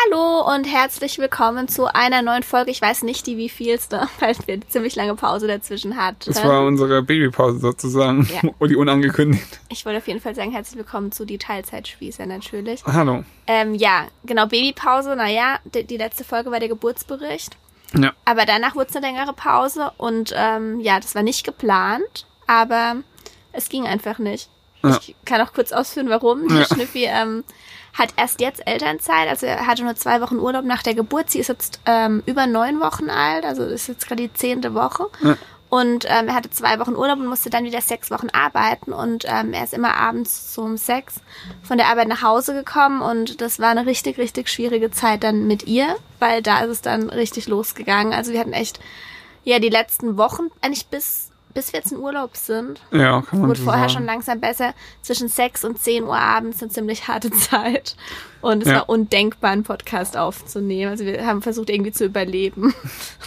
Hallo und herzlich willkommen zu einer neuen Folge. Ich weiß nicht die wievielste, weil wir eine ziemlich lange Pause dazwischen hatten. Das war unsere Babypause sozusagen, ja. Die unangekündigt. Ich wollte auf jeden Fall sagen, herzlich willkommen zu die Teilzeitspießer natürlich. Hallo. Ja, genau, Babypause, naja, die letzte Folge war der Geburtsbericht. Ja. Aber danach wurde es eine längere Pause und ja, das war nicht geplant, aber es ging einfach nicht. Ja. Ich kann auch kurz ausführen, warum. Der Schnüffi hat erst jetzt Elternzeit, also er hatte nur 2 Wochen Urlaub nach der Geburt. Sie ist jetzt über 9 Wochen alt, also ist jetzt gerade die 10. Woche. Ja. Und er hatte 2 Wochen Urlaub und musste dann wieder 6 Wochen arbeiten. Und er ist immer abends so um 6 von der Arbeit nach Hause gekommen. Und das war eine richtig, richtig schwierige Zeit dann mit ihr, weil da ist es dann richtig losgegangen. Also wir hatten echt, ja, die letzten Wochen, eigentlich bis wir jetzt in Urlaub sind. Ja, kann man wurde so vorher sagen. schon langsam besser. Zwischen 6 und 10 Uhr abends eine ziemlich harte Zeit. Und es war undenkbar, einen Podcast aufzunehmen. Also wir haben versucht, irgendwie zu überleben.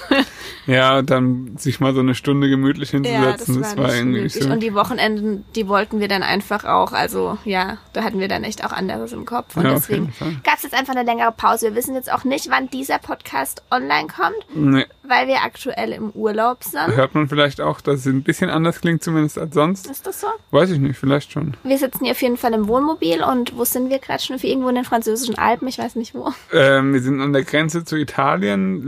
Ja, dann sich mal so eine Stunde gemütlich hinzusetzen, das war irgendwie möglich. So. Und die Wochenenden, die wollten wir dann einfach auch, also ja, da hatten wir dann echt auch anderes im Kopf. Und deswegen gab es jetzt einfach eine längere Pause. Wir wissen jetzt auch nicht, wann dieser Podcast online kommt, weil wir aktuell im Urlaub sind. Hört man vielleicht auch, dass es ein bisschen anders klingt, zumindest als sonst? Ist das so? Weiß ich nicht, vielleicht schon. Wir sitzen hier auf jeden Fall im Wohnmobil und wo sind wir gerade schon? Irgendwo in den französischen Alpen, ich weiß nicht wo. Wir sind an der Grenze zu Italien,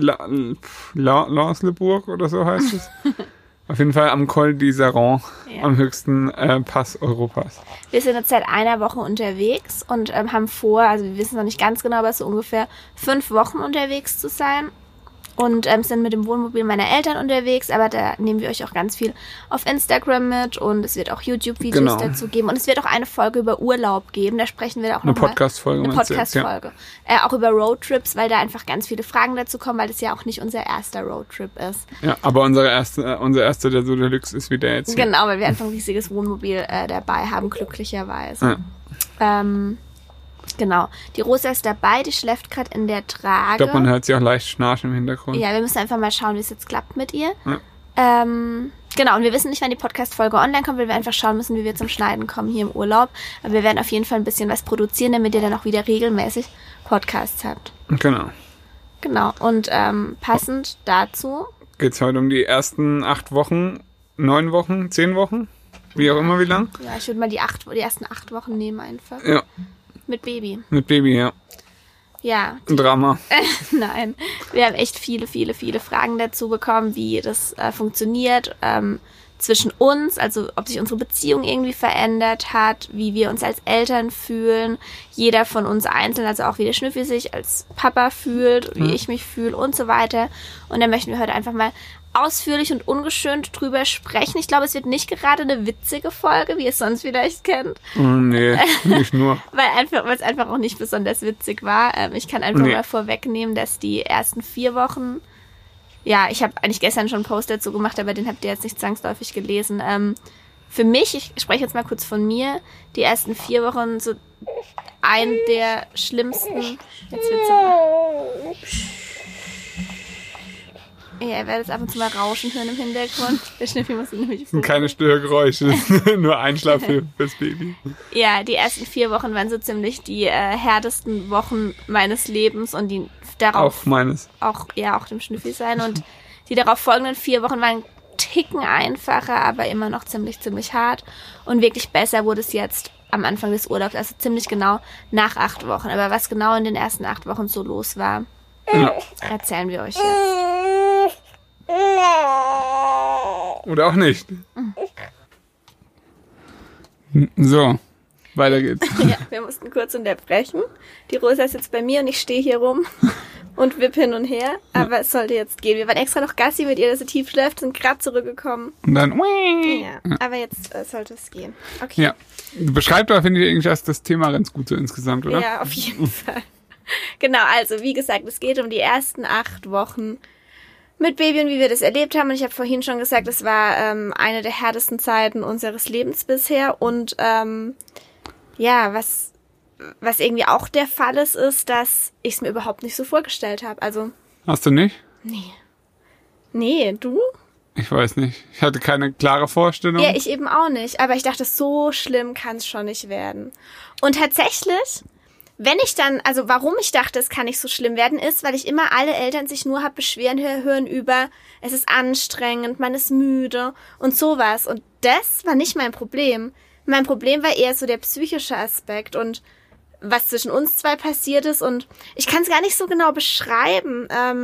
Lens-le-Bourg oder so heißt es. Auf jeden Fall am Col d'Iseran, am höchsten Pass Europas. Wir sind jetzt seit einer Woche unterwegs und haben vor, also wir wissen noch nicht ganz genau, aber so ungefähr 5 Wochen unterwegs zu sein. Und sind mit dem Wohnmobil meiner Eltern unterwegs, aber da nehmen wir euch auch ganz viel auf Instagram mit und es wird auch YouTube-Videos dazu geben und es wird auch eine Folge über Urlaub geben, da sprechen wir auch eine Podcast-Folge. Eine Podcast-Folge. Auch über Roadtrips, weil da einfach ganz viele Fragen dazu kommen, weil das ja auch nicht unser erster Roadtrip ist. Ja, aber unser erster, der so Deluxe ist wie der jetzt. Genau, weil wir einfach ein riesiges Wohnmobil dabei haben, glücklicherweise. Ja. Genau. Die Rosa ist dabei, die schläft gerade in der Trage. Ich glaube, man hört sie auch leicht schnarchen im Hintergrund. Ja, wir müssen einfach mal schauen, wie es jetzt klappt mit ihr. Ja. Genau, und wir wissen nicht, wann die Podcast-Folge online kommt, weil wir einfach schauen müssen, wie wir zum Schneiden kommen hier im Urlaub. Aber wir werden auf jeden Fall ein bisschen was produzieren, damit ihr dann auch wieder regelmäßig Podcasts habt. Genau. Genau, und passend dazu geht es heute um die ersten 8 Wochen, 9 Wochen, 10 Wochen, wie auch immer, wie lang. Ja, ich würde mal die ersten 8 Wochen nehmen einfach. Ja. Mit Baby. Mit Baby, ja. Ja. Ein Drama. Nein, wir haben echt viele Fragen dazu bekommen, wie das funktioniert zwischen uns, also ob sich unsere Beziehung irgendwie verändert hat, wie wir uns als Eltern fühlen, jeder von uns einzeln, also auch wie der Schnüffi sich als Papa fühlt, wie ich mich fühle und so weiter. Und da möchten wir heute einfach mal ausführlich und ungeschönt drüber sprechen. Ich glaube, es wird nicht gerade eine witzige Folge, wie ihr es sonst vielleicht kennt. Nee, nicht nur. weil es einfach auch nicht besonders witzig war. Ich kann einfach mal vorwegnehmen, dass die ersten 4 Wochen, ja, ich habe eigentlich gestern schon einen Post dazu gemacht, aber den habt ihr jetzt nicht zwangsläufig gelesen. Für mich, ich spreche jetzt mal kurz von mir, die ersten 4 Wochen so ein der schlimmsten. Jetzt wird's so. Ja, ihr werdet ab und zu mal Rauschen hören im Hintergrund. Der Schnüffi muss nämlich. Das sind keine Störgeräusche, nur Einschlafhilfe fürs Baby. Ja, die ersten 4 Wochen waren so ziemlich die härtesten Wochen meines Lebens und die darauf. Auch meines. Auch dem Schnüffi sein. Und die darauf folgenden 4 Wochen waren Ticken einfacher, aber immer noch ziemlich hart. Und wirklich besser wurde es jetzt am Anfang des Urlaubs, also ziemlich genau nach 8 Wochen. Aber was genau in den ersten 8 Wochen so los war, erzählen wir euch jetzt. Oder auch nicht. So, weiter geht's. Ja, wir mussten kurz unterbrechen. Die Rosa ist jetzt bei mir und ich stehe hier rum und wipp hin und her. Aber es sollte jetzt gehen. Wir waren extra noch Gassi mit ihr, dass sie tief schläft, sind gerade zurückgekommen. Und dann ja, aber jetzt sollte es gehen. Okay. Ja, beschreibt aber, finde ich, eigentlich erst das Thema ganz gut so insgesamt, oder? Ja, auf jeden Fall. Genau, also wie gesagt, es geht um die ersten 8 Wochen mit Baby und wie wir das erlebt haben. Und ich habe vorhin schon gesagt, es war eine der härtesten Zeiten unseres Lebens bisher. Und ja, was irgendwie auch der Fall ist, dass ich es mir überhaupt nicht so vorgestellt habe. Also hast du nicht? Nee, du? Ich weiß nicht. Ich hatte keine klare Vorstellung. Ja, ich eben auch nicht. Aber ich dachte, so schlimm kann es schon nicht werden. Und tatsächlich wenn ich dann, also warum ich dachte, es kann nicht so schlimm werden, ist, weil ich immer alle Eltern sich nur hab beschweren hören über, es ist anstrengend, man ist müde und sowas. Und das war nicht mein Problem. Mein Problem war eher so der psychische Aspekt und was zwischen uns zwei passiert ist. Und ich kann es gar nicht so genau beschreiben.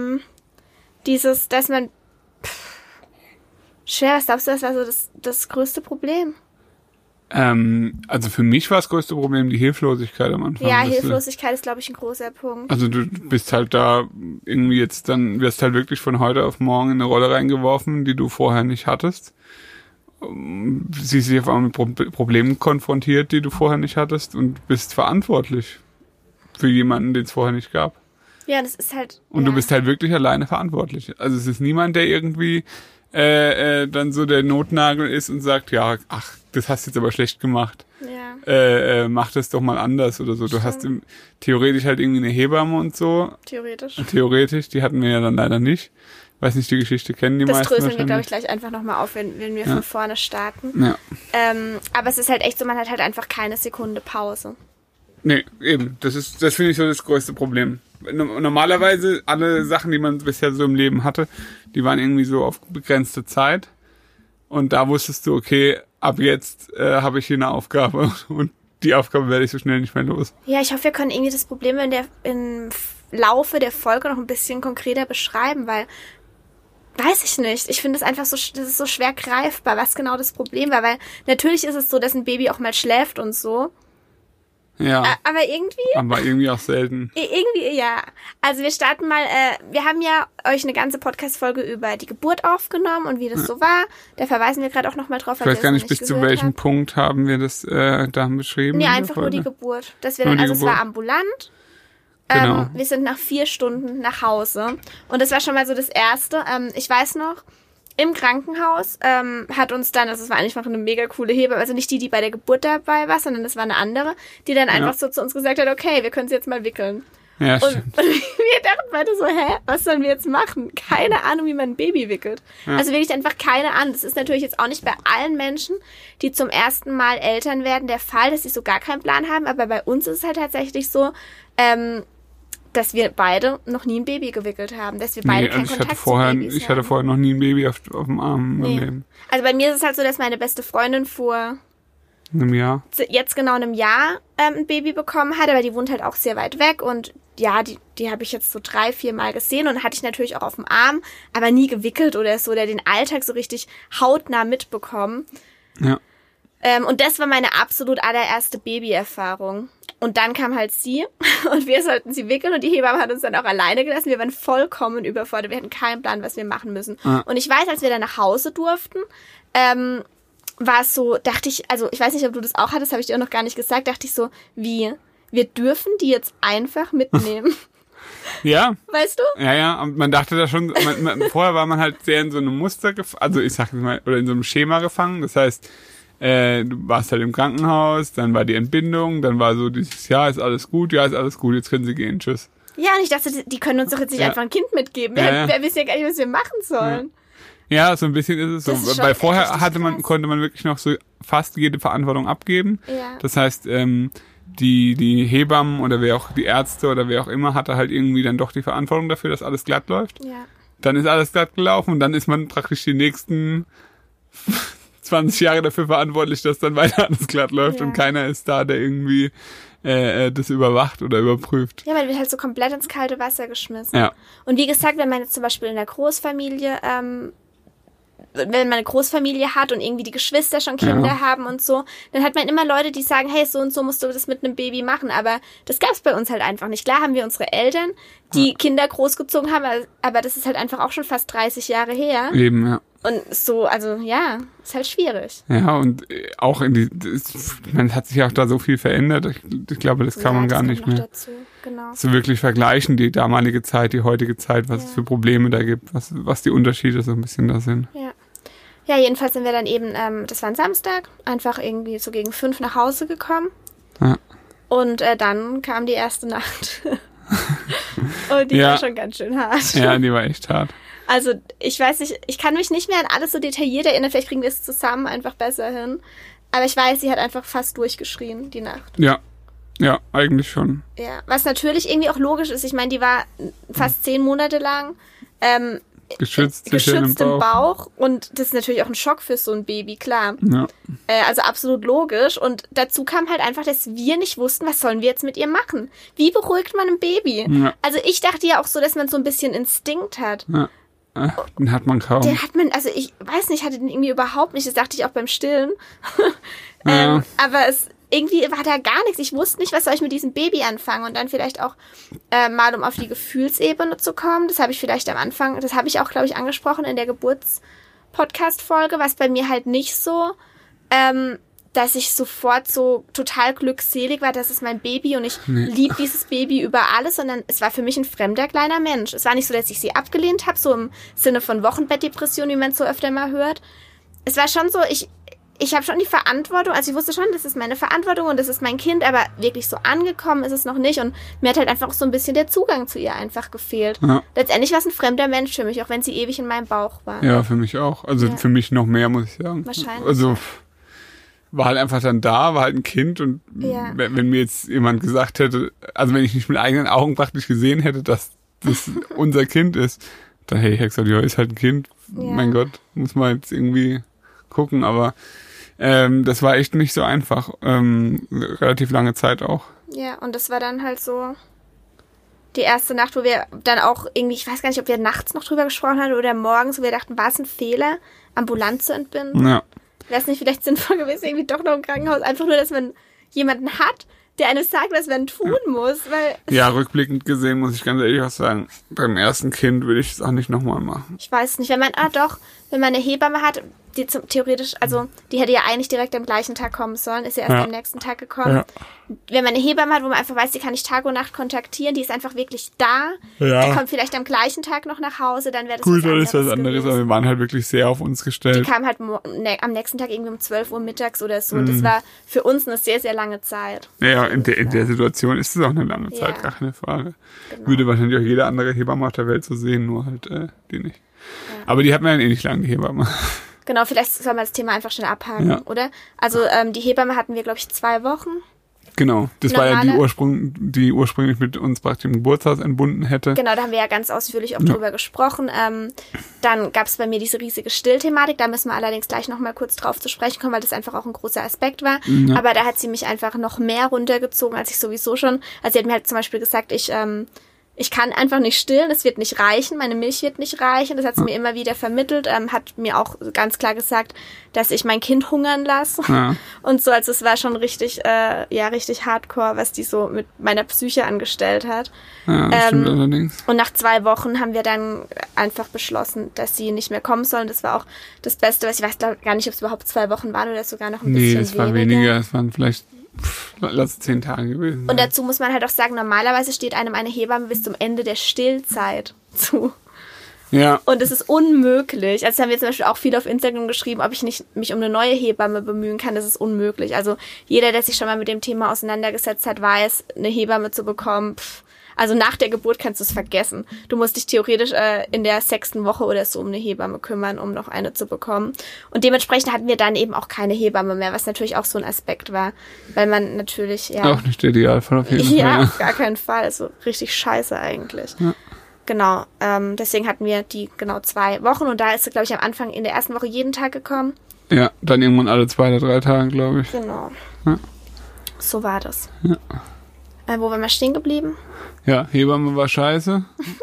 Dass man... schwer, was glaubst du, das war so das größte Problem? Also für mich war das größte Problem die Hilflosigkeit am Anfang. Ja, Hilflosigkeit ist, glaube ich, ein großer Punkt. Also du bist halt da irgendwie jetzt dann, wirst halt wirklich von heute auf morgen in eine Rolle reingeworfen, die du vorher nicht hattest. Siehst dich auf einmal mit Problemen konfrontiert, die du vorher nicht hattest und bist verantwortlich für jemanden, den es vorher nicht gab. Ja, das ist halt... Und du bist halt wirklich alleine verantwortlich. Also es ist niemand, der irgendwie dann so der Notnagel ist und sagt, ja, ach, das hast du jetzt aber schlecht gemacht. Ja. Mach das doch mal anders oder so. Du hast theoretisch halt irgendwie eine Hebamme und so. Theoretisch, die hatten wir ja dann leider nicht. Weiß nicht, die Geschichte kennen die meisten. Das dröseln wir, glaube ich, gleich einfach nochmal auf, wenn wir von vorne starten. Ja. Aber es ist halt echt so, man hat halt einfach keine Sekunde Pause. Nee, eben. Das finde ich so das größte Problem. Normalerweise alle Sachen, die man bisher so im Leben hatte, die waren irgendwie so auf begrenzte Zeit. Und da wusstest du, okay, ab jetzt habe ich hier eine Aufgabe und die Aufgabe werde ich so schnell nicht mehr los. Ja, ich hoffe, wir können irgendwie das Problem im Laufe der Folge noch ein bisschen konkreter beschreiben, weil, weiß ich nicht, ich finde es einfach so, das ist so schwer greifbar, was genau das Problem war, weil natürlich ist es so, dass ein Baby auch mal schläft und so. Ja. Aber irgendwie auch selten. Irgendwie, ja. Also wir starten mal, wir haben ja euch eine ganze Podcast-Folge über die Geburt aufgenommen und wie das so war. Da verweisen wir gerade auch nochmal drauf. Ich weiß gar nicht, bis zu welchem Punkt haben wir das da beschrieben. Nee, einfach nur die Geburt. Dass wir dann, also es war ambulant. Genau. Wir sind nach 4 Stunden nach Hause. Und das war schon mal so das Erste. Ich weiß noch, im Krankenhaus hat uns dann, also es war eigentlich noch eine mega coole Hebamme, also nicht die bei der Geburt dabei war, sondern das war eine andere, die dann einfach so zu uns gesagt hat, okay, wir können sie jetzt mal wickeln. Ja, und wir dachten beide so, was sollen wir jetzt machen? Keine Ahnung, wie man ein Baby wickelt. Ja. Also wirklich einfach keine Ahnung. Das ist natürlich jetzt auch nicht bei allen Menschen, die zum ersten Mal Eltern werden, der Fall, dass sie so gar keinen Plan haben, aber bei uns ist es halt tatsächlich so, dass wir beide noch nie ein Baby gewickelt haben, dass wir beide keinen Kontakt zu Babys haben. Ich hatte vorher noch nie ein Baby auf dem Arm. Nee. Also bei mir ist es halt so, dass meine beste Freundin vor einem Jahr, jetzt genau einem Jahr ein Baby bekommen hat, aber die wohnt halt auch sehr weit weg und ja, die habe ich jetzt so 3-4 Mal gesehen und hatte ich natürlich auch auf dem Arm, aber nie gewickelt oder so, oder den Alltag so richtig hautnah mitbekommen. Ja. Und das war meine absolut allererste Babyerfahrung. Und dann kam halt sie und wir sollten sie wickeln und die Hebamme hat uns dann auch alleine gelassen. Wir waren vollkommen überfordert. Wir hatten keinen Plan, was wir machen müssen. Ja. Und ich weiß, als wir dann nach Hause durften, war es so, dachte ich, also ich weiß nicht, ob du das auch hattest, habe ich dir auch noch gar nicht gesagt, dachte ich so, wir dürfen die jetzt einfach mitnehmen. Ja. Weißt du? Ja, und man dachte da schon, vorher war man halt sehr in so einem Muster also ich sag mal, oder in so einem Schema gefangen. Das heißt, du warst halt im Krankenhaus, dann war die Entbindung, dann war so dieses, ja, ist alles gut, jetzt können sie gehen, tschüss. Ja, und ich dachte, die können uns doch jetzt nicht einfach ein Kind mitgeben. Wir wissen ja gar nicht, was wir machen sollen. Ja, so ein bisschen ist es so. Weil vorher konnte man wirklich noch so fast jede Verantwortung abgeben. Ja. Das heißt, die Hebammen oder die Ärzte oder wer auch immer hatte halt irgendwie dann doch die Verantwortung dafür, dass alles glatt läuft. Ja. Dann ist alles glatt gelaufen und dann ist man praktisch die nächsten 20 Jahre dafür verantwortlich, dass dann weiter alles glatt läuft und keiner ist da, der irgendwie das überwacht oder überprüft. Ja, man wird halt so komplett ins kalte Wasser geschmissen. Ja. Und wie gesagt, wenn man jetzt zum Beispiel in der Großfamilie, wenn man eine Großfamilie hat und irgendwie die Geschwister schon Kinder haben und so, dann hat man immer Leute, die sagen, hey, so und so musst du das mit einem Baby machen. Aber das gab's bei uns halt einfach nicht. Klar haben wir unsere Eltern, die Kinder großgezogen haben, aber das ist halt einfach auch schon fast 30 Jahre her. Eben, ja. Und so, also ja, ist halt schwierig. Ja, und auch man hat sich auch da so viel verändert. Ich glaube, das kann man gar nicht mehr so wirklich vergleichen, die damalige Zeit, die heutige Zeit, was es für Probleme da gibt, was die Unterschiede so ein bisschen da sind. Ja, jedenfalls sind wir dann eben, das war ein Samstag, einfach irgendwie so gegen 5 nach Hause gekommen. Ja. Und dann kam die erste Nacht. Und die war schon ganz schön hart. Ja, die war echt hart. Also, ich weiß nicht, ich kann mich nicht mehr an alles so detailliert erinnern, vielleicht kriegen wir es zusammen einfach besser hin. Aber ich weiß, sie hat einfach fast durchgeschrien, die Nacht. Ja. Ja, eigentlich schon. Ja, was natürlich irgendwie auch logisch ist. Ich meine, die war fast 10 Monate lang geschützt im Bauch. Und das ist natürlich auch ein Schock für so ein Baby, klar. Ja. Also absolut logisch. Und dazu kam halt einfach, dass wir nicht wussten, was sollen wir jetzt mit ihr machen? Wie beruhigt man ein Baby? Ja. Also ich dachte ja auch so, dass man so ein bisschen Instinkt hat. Ja. Den hat man kaum. Den hat man, also ich weiß nicht, hatte den irgendwie überhaupt nicht. Das dachte ich auch beim Stillen. Ja. Aber irgendwie war da gar nichts. Ich wusste nicht, was soll ich mit diesem Baby anfangen. Und dann vielleicht auch mal, um auf die Gefühlsebene zu kommen. Das habe ich vielleicht am Anfang, das habe ich auch, glaube ich, angesprochen in der Geburts-Podcast-Folge, was bei mir halt nicht so, dass ich sofort so total glückselig war, das ist mein Baby und ich liebe dieses Baby über alles, sondern es war für mich ein fremder kleiner Mensch. Es war nicht so, dass ich sie abgelehnt habe, so im Sinne von Wochenbettdepression, wie man es so öfter mal hört. Es war schon so, ich habe schon die Verantwortung, also ich wusste schon, das ist meine Verantwortung und das ist mein Kind, aber wirklich so angekommen ist es noch nicht und mir hat halt einfach so ein bisschen der Zugang zu ihr einfach gefehlt. Ja. Letztendlich war es ein fremder Mensch für mich, auch wenn sie ewig in meinem Bauch war. Ja, für mich auch. Also für mich noch mehr, muss ich sagen. Wahrscheinlich. Also war halt einfach dann da, war halt ein Kind und wenn mir jetzt jemand gesagt hätte, also wenn ich nicht mit eigenen Augen praktisch gesehen hätte, dass das unser Kind ist, dann hätte ich gesagt, ja, ist halt ein Kind, mein Gott, muss man jetzt irgendwie gucken, aber das war echt nicht so einfach, relativ lange Zeit auch. Ja, und das war dann halt so die erste Nacht, wo wir dann auch irgendwie, ich weiß gar nicht, ob wir nachts noch drüber gesprochen hatten oder morgens, wo wir dachten, war es ein Fehler, ambulant zu entbinden? Ja. Wäre es nicht vielleicht sinnvoll gewesen, irgendwie doch noch im Krankenhaus, einfach nur, dass man jemanden hat, der einem sagt, was man tun muss, weil... Ja, rückblickend gesehen muss ich ganz ehrlich auch sagen, beim ersten Kind würde ich es auch nicht nochmal machen. Ich weiß nicht, wenn man eine Hebamme hat, die theoretisch, also die hätte ja eigentlich direkt am gleichen Tag kommen sollen, ist ja erst am nächsten Tag gekommen. Ja. Wenn man eine Hebamme hat, wo man einfach weiß, die kann ich Tag und Nacht kontaktieren, die ist einfach wirklich da, die kommt vielleicht am gleichen Tag noch nach Hause, dann wäre das gut, dann ist was anderes, aber wir waren halt wirklich sehr auf uns gestellt. Die kam halt am nächsten Tag irgendwie um 12 Uhr mittags oder so und das war für uns eine sehr, sehr lange Zeit. Ja, in der Situation ist es auch eine lange Zeit, gar keine Frage. Genau. Würde wahrscheinlich auch jede andere Hebamme auf der Welt so sehen, nur halt die nicht. Ja. Aber die hat man ja eh nicht lange, die Hebamme. Genau, vielleicht soll man das Thema einfach schnell abhaken, oder? Also die Hebamme hatten wir, glaube ich, 2 Wochen. Genau, das war ja die ursprünglich mit uns praktisch im Geburtshaus entbunden hätte. Genau, da haben wir ja ganz ausführlich auch drüber gesprochen. Dann gab es bei mir diese riesige Stillthematik, da müssen wir allerdings gleich nochmal kurz drauf zu sprechen kommen, weil das einfach auch ein großer Aspekt war. Ja. Aber da hat sie mich einfach noch mehr runtergezogen, als ich sowieso schon. Also sie hat mir halt zum Beispiel gesagt, ich kann einfach nicht stillen, es wird nicht reichen, meine Milch wird nicht reichen. Das hat sie mir immer wieder vermittelt, hat mir auch ganz klar gesagt, dass ich mein Kind hungern lasse. Ja. Und so, also es war schon richtig, richtig hardcore, was die so mit meiner Psyche angestellt hat. Ja, stimmt allerdings. Und nach 2 Wochen haben wir dann einfach beschlossen, dass sie nicht mehr kommen sollen. Das war auch das Beste, ich weiß gar nicht, ob es überhaupt 2 Wochen waren oder sogar noch ein bisschen weniger. Nee, es war weniger, es waren vielleicht... Lass 10 Tage gewesen sein. Und dazu muss man halt auch sagen, normalerweise steht einem eine Hebamme bis zum Ende der Stillzeit zu. Ja. Und es ist unmöglich. Also haben wir zum Beispiel auch viel auf Instagram geschrieben, ob ich nicht mich um eine neue Hebamme bemühen kann. Das ist unmöglich. Also jeder, der sich schon mal mit dem Thema auseinandergesetzt hat, weiß, eine Hebamme zu bekommen, also nach der Geburt kannst du es vergessen. Du musst dich theoretisch in der 6. Woche oder so um eine Hebamme kümmern, um noch eine zu bekommen. Und dementsprechend hatten wir dann eben auch keine Hebamme mehr, was natürlich auch so ein Aspekt war. Weil man natürlich, auch nicht der Idealfall auf jeden Fall. Ja, auf gar keinen Fall. Also richtig scheiße eigentlich. Ja. Genau, deswegen hatten wir die 2 Wochen und da ist sie, glaube ich, am Anfang in der ersten Woche jeden Tag gekommen. Ja, dann irgendwann alle 2 oder 3 Tage, glaube ich. Genau. Ja. So war das. Ja. Wo waren wir stehen geblieben? Ja, Hebamme war scheiße.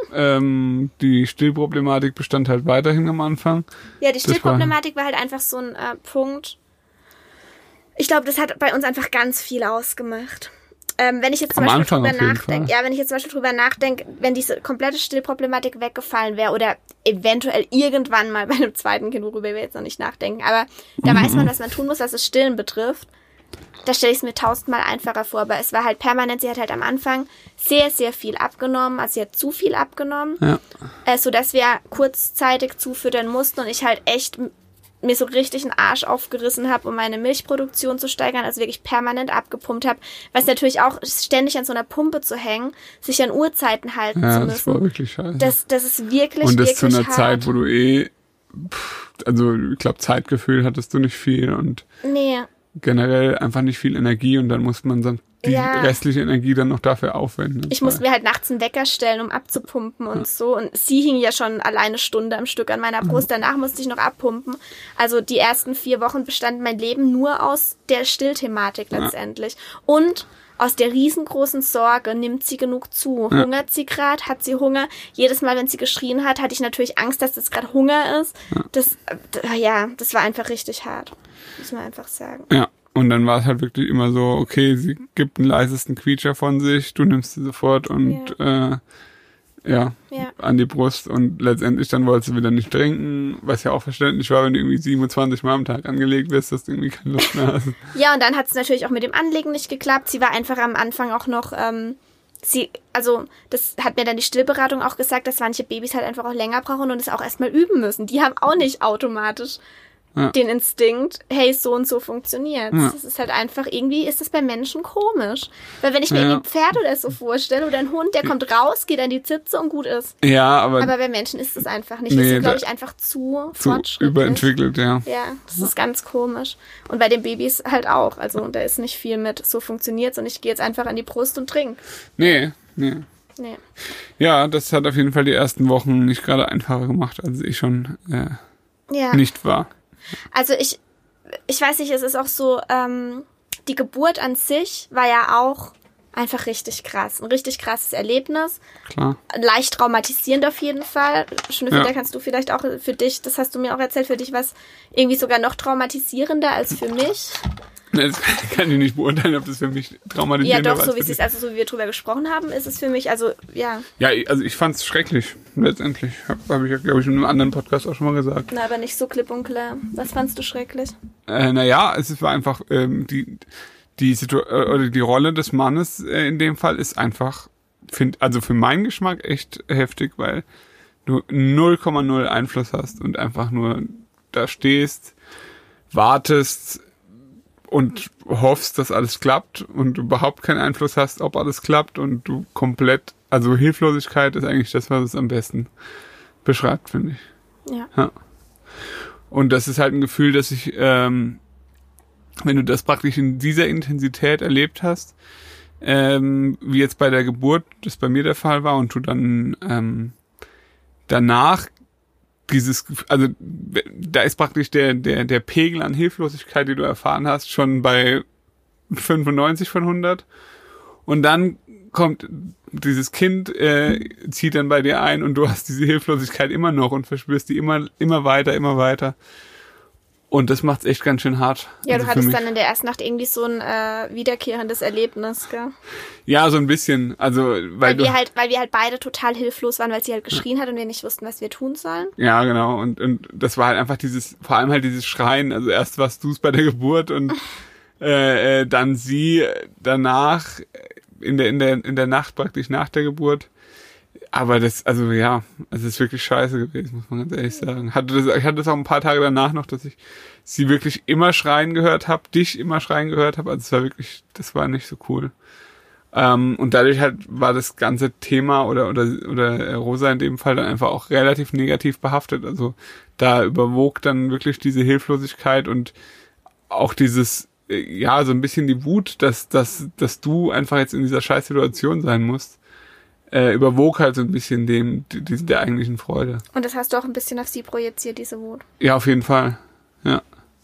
Die Stillproblematik bestand halt weiterhin am Anfang. Ja, die Stillproblematik war halt einfach so ein Punkt. Ich glaube, das hat bei uns einfach ganz viel ausgemacht. Wenn ich jetzt zum Beispiel drüber nachdenke, wenn diese komplette Stillproblematik weggefallen wäre oder eventuell irgendwann mal bei einem zweiten Kind, worüber wir jetzt noch nicht nachdenken, aber da weiß man, was man tun muss, was das Stillen betrifft. Da stelle ich es mir 1000-mal einfacher vor, aber es war halt permanent, sie hat halt am Anfang sehr, sehr viel abgenommen, also sie hat zu viel abgenommen, sodass wir kurzzeitig zufüttern mussten und ich halt echt mir so richtig einen Arsch aufgerissen habe, um meine Milchproduktion zu steigern, also wirklich permanent abgepumpt habe, was natürlich auch ständig an so einer Pumpe zu hängen, sich an Uhrzeiten halten zu müssen. Das war wirklich scheiße. Das ist wirklich, und das wirklich zu einer hart. Zeit, wo du also ich glaube, Zeitgefühl hattest du nicht viel und... Nee. generell einfach nicht viel Energie und dann muss man dann die restliche Energie dann noch dafür aufwenden. Ich musste mir halt nachts einen Wecker stellen, um abzupumpen und so. Und sie hing ja schon alleine eine Stunde am Stück an meiner Brust. Danach musste ich noch abpumpen. Also die ersten 4 Wochen bestand mein Leben nur aus der Stillthematik letztendlich. Und aus der riesengroßen Sorge, nimmt sie genug zu? Hungert sie gerade? Hat sie Hunger? Jedes Mal, wenn sie geschrien hat, hatte ich natürlich Angst, dass das gerade Hunger ist. Das war einfach richtig hart. Muss man einfach sagen. Ja. Und dann war es halt wirklich immer so, okay, sie gibt den leisesten Quietscher von sich, du nimmst sie sofort und an die Brust und letztendlich dann wollte sie wieder nicht trinken, was ja auch verständlich war, wenn du irgendwie 27 Mal am Tag angelegt wirst, dass du irgendwie keine Lust mehr hast. Ja, und dann hat es natürlich auch mit dem Anlegen nicht geklappt. Sie war einfach am Anfang auch noch, das hat mir dann die Stillberatung auch gesagt, dass manche Babys halt einfach auch länger brauchen und es auch erstmal üben müssen. Die haben auch nicht automatisch den Instinkt, hey, so und so funktioniert. Das ist halt einfach, irgendwie ist das bei Menschen komisch. Weil wenn ich mir ein Pferd oder so vorstelle oder ein Hund, der kommt raus, geht an die Zitze und gut ist. Ja, aber bei Menschen ist das einfach nicht. Das ist, glaube ich, einfach zu fortschrittlich. Überentwickelt, ja. Ja, das ist ganz komisch. Und bei den Babys halt auch. Also da ist nicht viel mit, so funktioniert's und ich gehe jetzt einfach an die Brust und trinke. Nee. Nee. Ja, das hat auf jeden Fall die ersten Wochen nicht gerade einfacher gemacht, als ich schon nicht war. Also ich weiß nicht, es ist auch so, die Geburt an sich war ja auch einfach richtig krass. Ein richtig krasses Erlebnis. Klar. Leicht traumatisierend auf jeden Fall. Schnüffel, da kannst du vielleicht auch für dich, das hast du mir auch erzählt, für dich was irgendwie sogar noch traumatisierender als für mich. Das kann ich nicht beurteilen, ob das für mich traumatisierend war. Ja, doch, so wie wir drüber gesprochen haben, ist es für mich, also, ja. Ja, also ich fand's schrecklich, letztendlich. Hab ich ja, glaube ich, in einem anderen Podcast auch schon mal gesagt. Na, aber nicht so klipp und klar. Was fandst du schrecklich? Es war einfach, die Rolle des Mannes in dem Fall ist einfach, also für meinen Geschmack echt heftig, weil du 0,0 Einfluss hast und einfach nur da stehst, wartest, und hoffst, dass alles klappt und du überhaupt keinen Einfluss hast, ob alles klappt und du komplett, also Hilflosigkeit ist eigentlich das, was es am besten beschreibt, finde ich. Ja. Und das ist halt ein Gefühl, dass ich, wenn du das praktisch in dieser Intensität erlebt hast, wie jetzt bei der Geburt, das bei mir der Fall war und du dann danach also da ist praktisch der Pegel an Hilflosigkeit, die du erfahren hast, schon bei 95 von 100. Und dann kommt dieses Kind, zieht dann bei dir ein und du hast diese Hilflosigkeit immer noch und verspürst die immer weiter. Und das macht's echt ganz schön hart. Ja, du hattest dann in der ersten Nacht irgendwie so ein wiederkehrendes Erlebnis, gell? Ja, so ein bisschen. Also weil wir halt beide total hilflos waren, weil sie halt geschrien hat und wir nicht wussten, was wir tun sollen. Ja, genau. Und das war halt einfach vor allem halt dieses Schreien. Also erst warst du es bei der Geburt und dann sie danach in der Nacht praktisch nach der Geburt. Aber es ist wirklich scheiße gewesen, muss man ganz ehrlich sagen. Ich hatte das auch ein paar Tage danach noch, dass ich sie wirklich immer schreien gehört habe, dich immer schreien gehört habe. Also das war nicht so cool. Und dadurch halt war das ganze Thema oder Rosa in dem Fall dann einfach auch relativ negativ behaftet. Also da überwog dann wirklich diese Hilflosigkeit und auch dieses, so ein bisschen die Wut, dass du einfach jetzt in dieser Scheißsituation sein musst. Überwog halt so ein bisschen der eigentlichen Freude. Und das hast du auch ein bisschen auf sie projiziert, diese Wut? Ja, auf jeden Fall. Ja,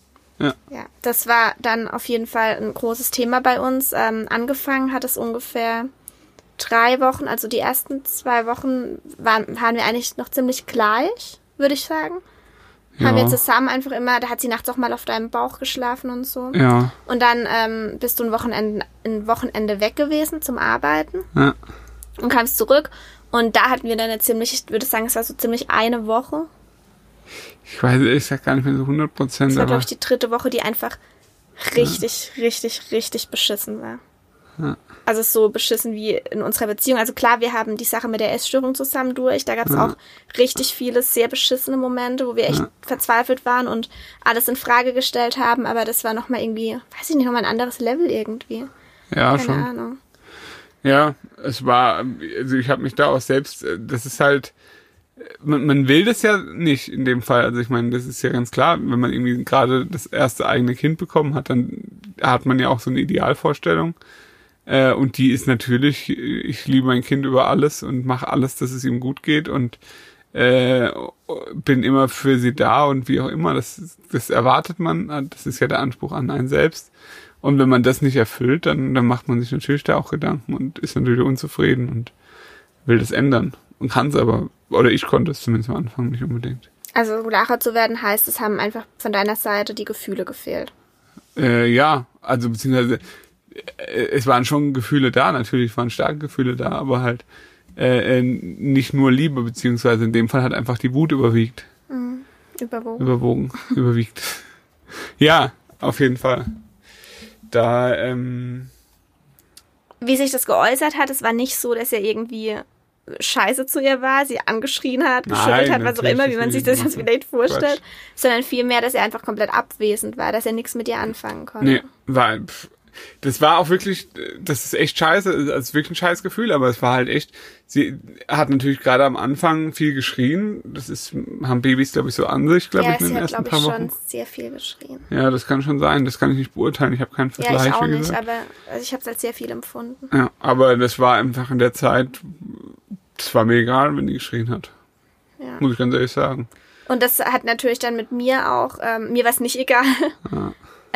das war dann auf jeden Fall ein großes Thema bei uns. Angefangen hat es ungefähr 3 Wochen, also die ersten 2 Wochen waren wir eigentlich noch ziemlich gleich, würde ich sagen. Ja. Haben wir zusammen einfach immer, da hat sie nachts auch mal auf deinem Bauch geschlafen und so. Ja. Und dann bist du ein Wochenende weg gewesen zum Arbeiten. Ja. Und kamst zurück und da hatten wir dann ich würde sagen, es war so ziemlich eine Woche. Ich weiß ehrlich gesagt gar nicht mehr so 100%. Das war, glaube ich, die 3. Woche, die einfach richtig beschissen war. Ja. Also so beschissen wie in unserer Beziehung. Also klar, wir haben die Sache mit der Essstörung zusammen durch. Da gab es auch richtig viele sehr beschissene Momente, wo wir echt verzweifelt waren und alles in Frage gestellt haben. Aber das war nochmal irgendwie, weiß ich nicht, nochmal ein anderes Level irgendwie. Ja, Keine schon. Ahnung. Ja, es war, also ich habe mich da auch selbst, das ist halt, man will das ja nicht in dem Fall. Also ich meine, das ist ja ganz klar, wenn man irgendwie gerade das erste eigene Kind bekommen hat, dann hat man ja auch so eine Idealvorstellung. Und die ist natürlich, ich liebe mein Kind über alles und mache alles, dass es ihm gut geht und bin immer für sie da und wie auch immer. Das erwartet man. Das ist ja der Anspruch an einen selbst. Und wenn man das nicht erfüllt, dann macht man sich natürlich da auch Gedanken und ist natürlich unzufrieden und will das ändern. Und kann es aber, oder ich konnte es zumindest am Anfang nicht unbedingt. Also Regulator zu werden heißt, es haben einfach von deiner Seite die Gefühle gefehlt. Ja, also beziehungsweise es waren schon Gefühle da, natürlich waren starke Gefühle da, aber halt nicht nur Liebe, beziehungsweise in dem Fall hat einfach die Wut überwiegt. Überwiegt. Ja, auf jeden Fall. Da, wie sich das geäußert hat, es war nicht so, dass er irgendwie scheiße zu ihr war, sie angeschrien hat, geschüttelt hat, was auch immer, wie man sich das jetzt vielleicht vorstellt, sondern vielmehr, dass er einfach komplett abwesend war, dass er nichts mit ihr anfangen konnte. Nee, das war auch wirklich, das ist echt scheiße, das ist wirklich ein scheiß Gefühl, aber es war halt echt, sie hat natürlich gerade am Anfang viel geschrien, haben Babys, glaube ich, so an sich, glaube ich, in den ersten paar Wochen. Ja, sie hat, glaube ich, schon sehr viel geschrien. Ja, das kann schon sein, das kann ich nicht beurteilen, ich habe keinen Vergleich. Ja, ich auch nicht, aber also ich habe es als sehr viel empfunden. Ja, aber das war einfach in der Zeit, das war mir egal, wenn die geschrien hat. Ja. Muss ich ganz ehrlich sagen. Und das hat natürlich dann mit mir auch, mir war es nicht egal. Ja.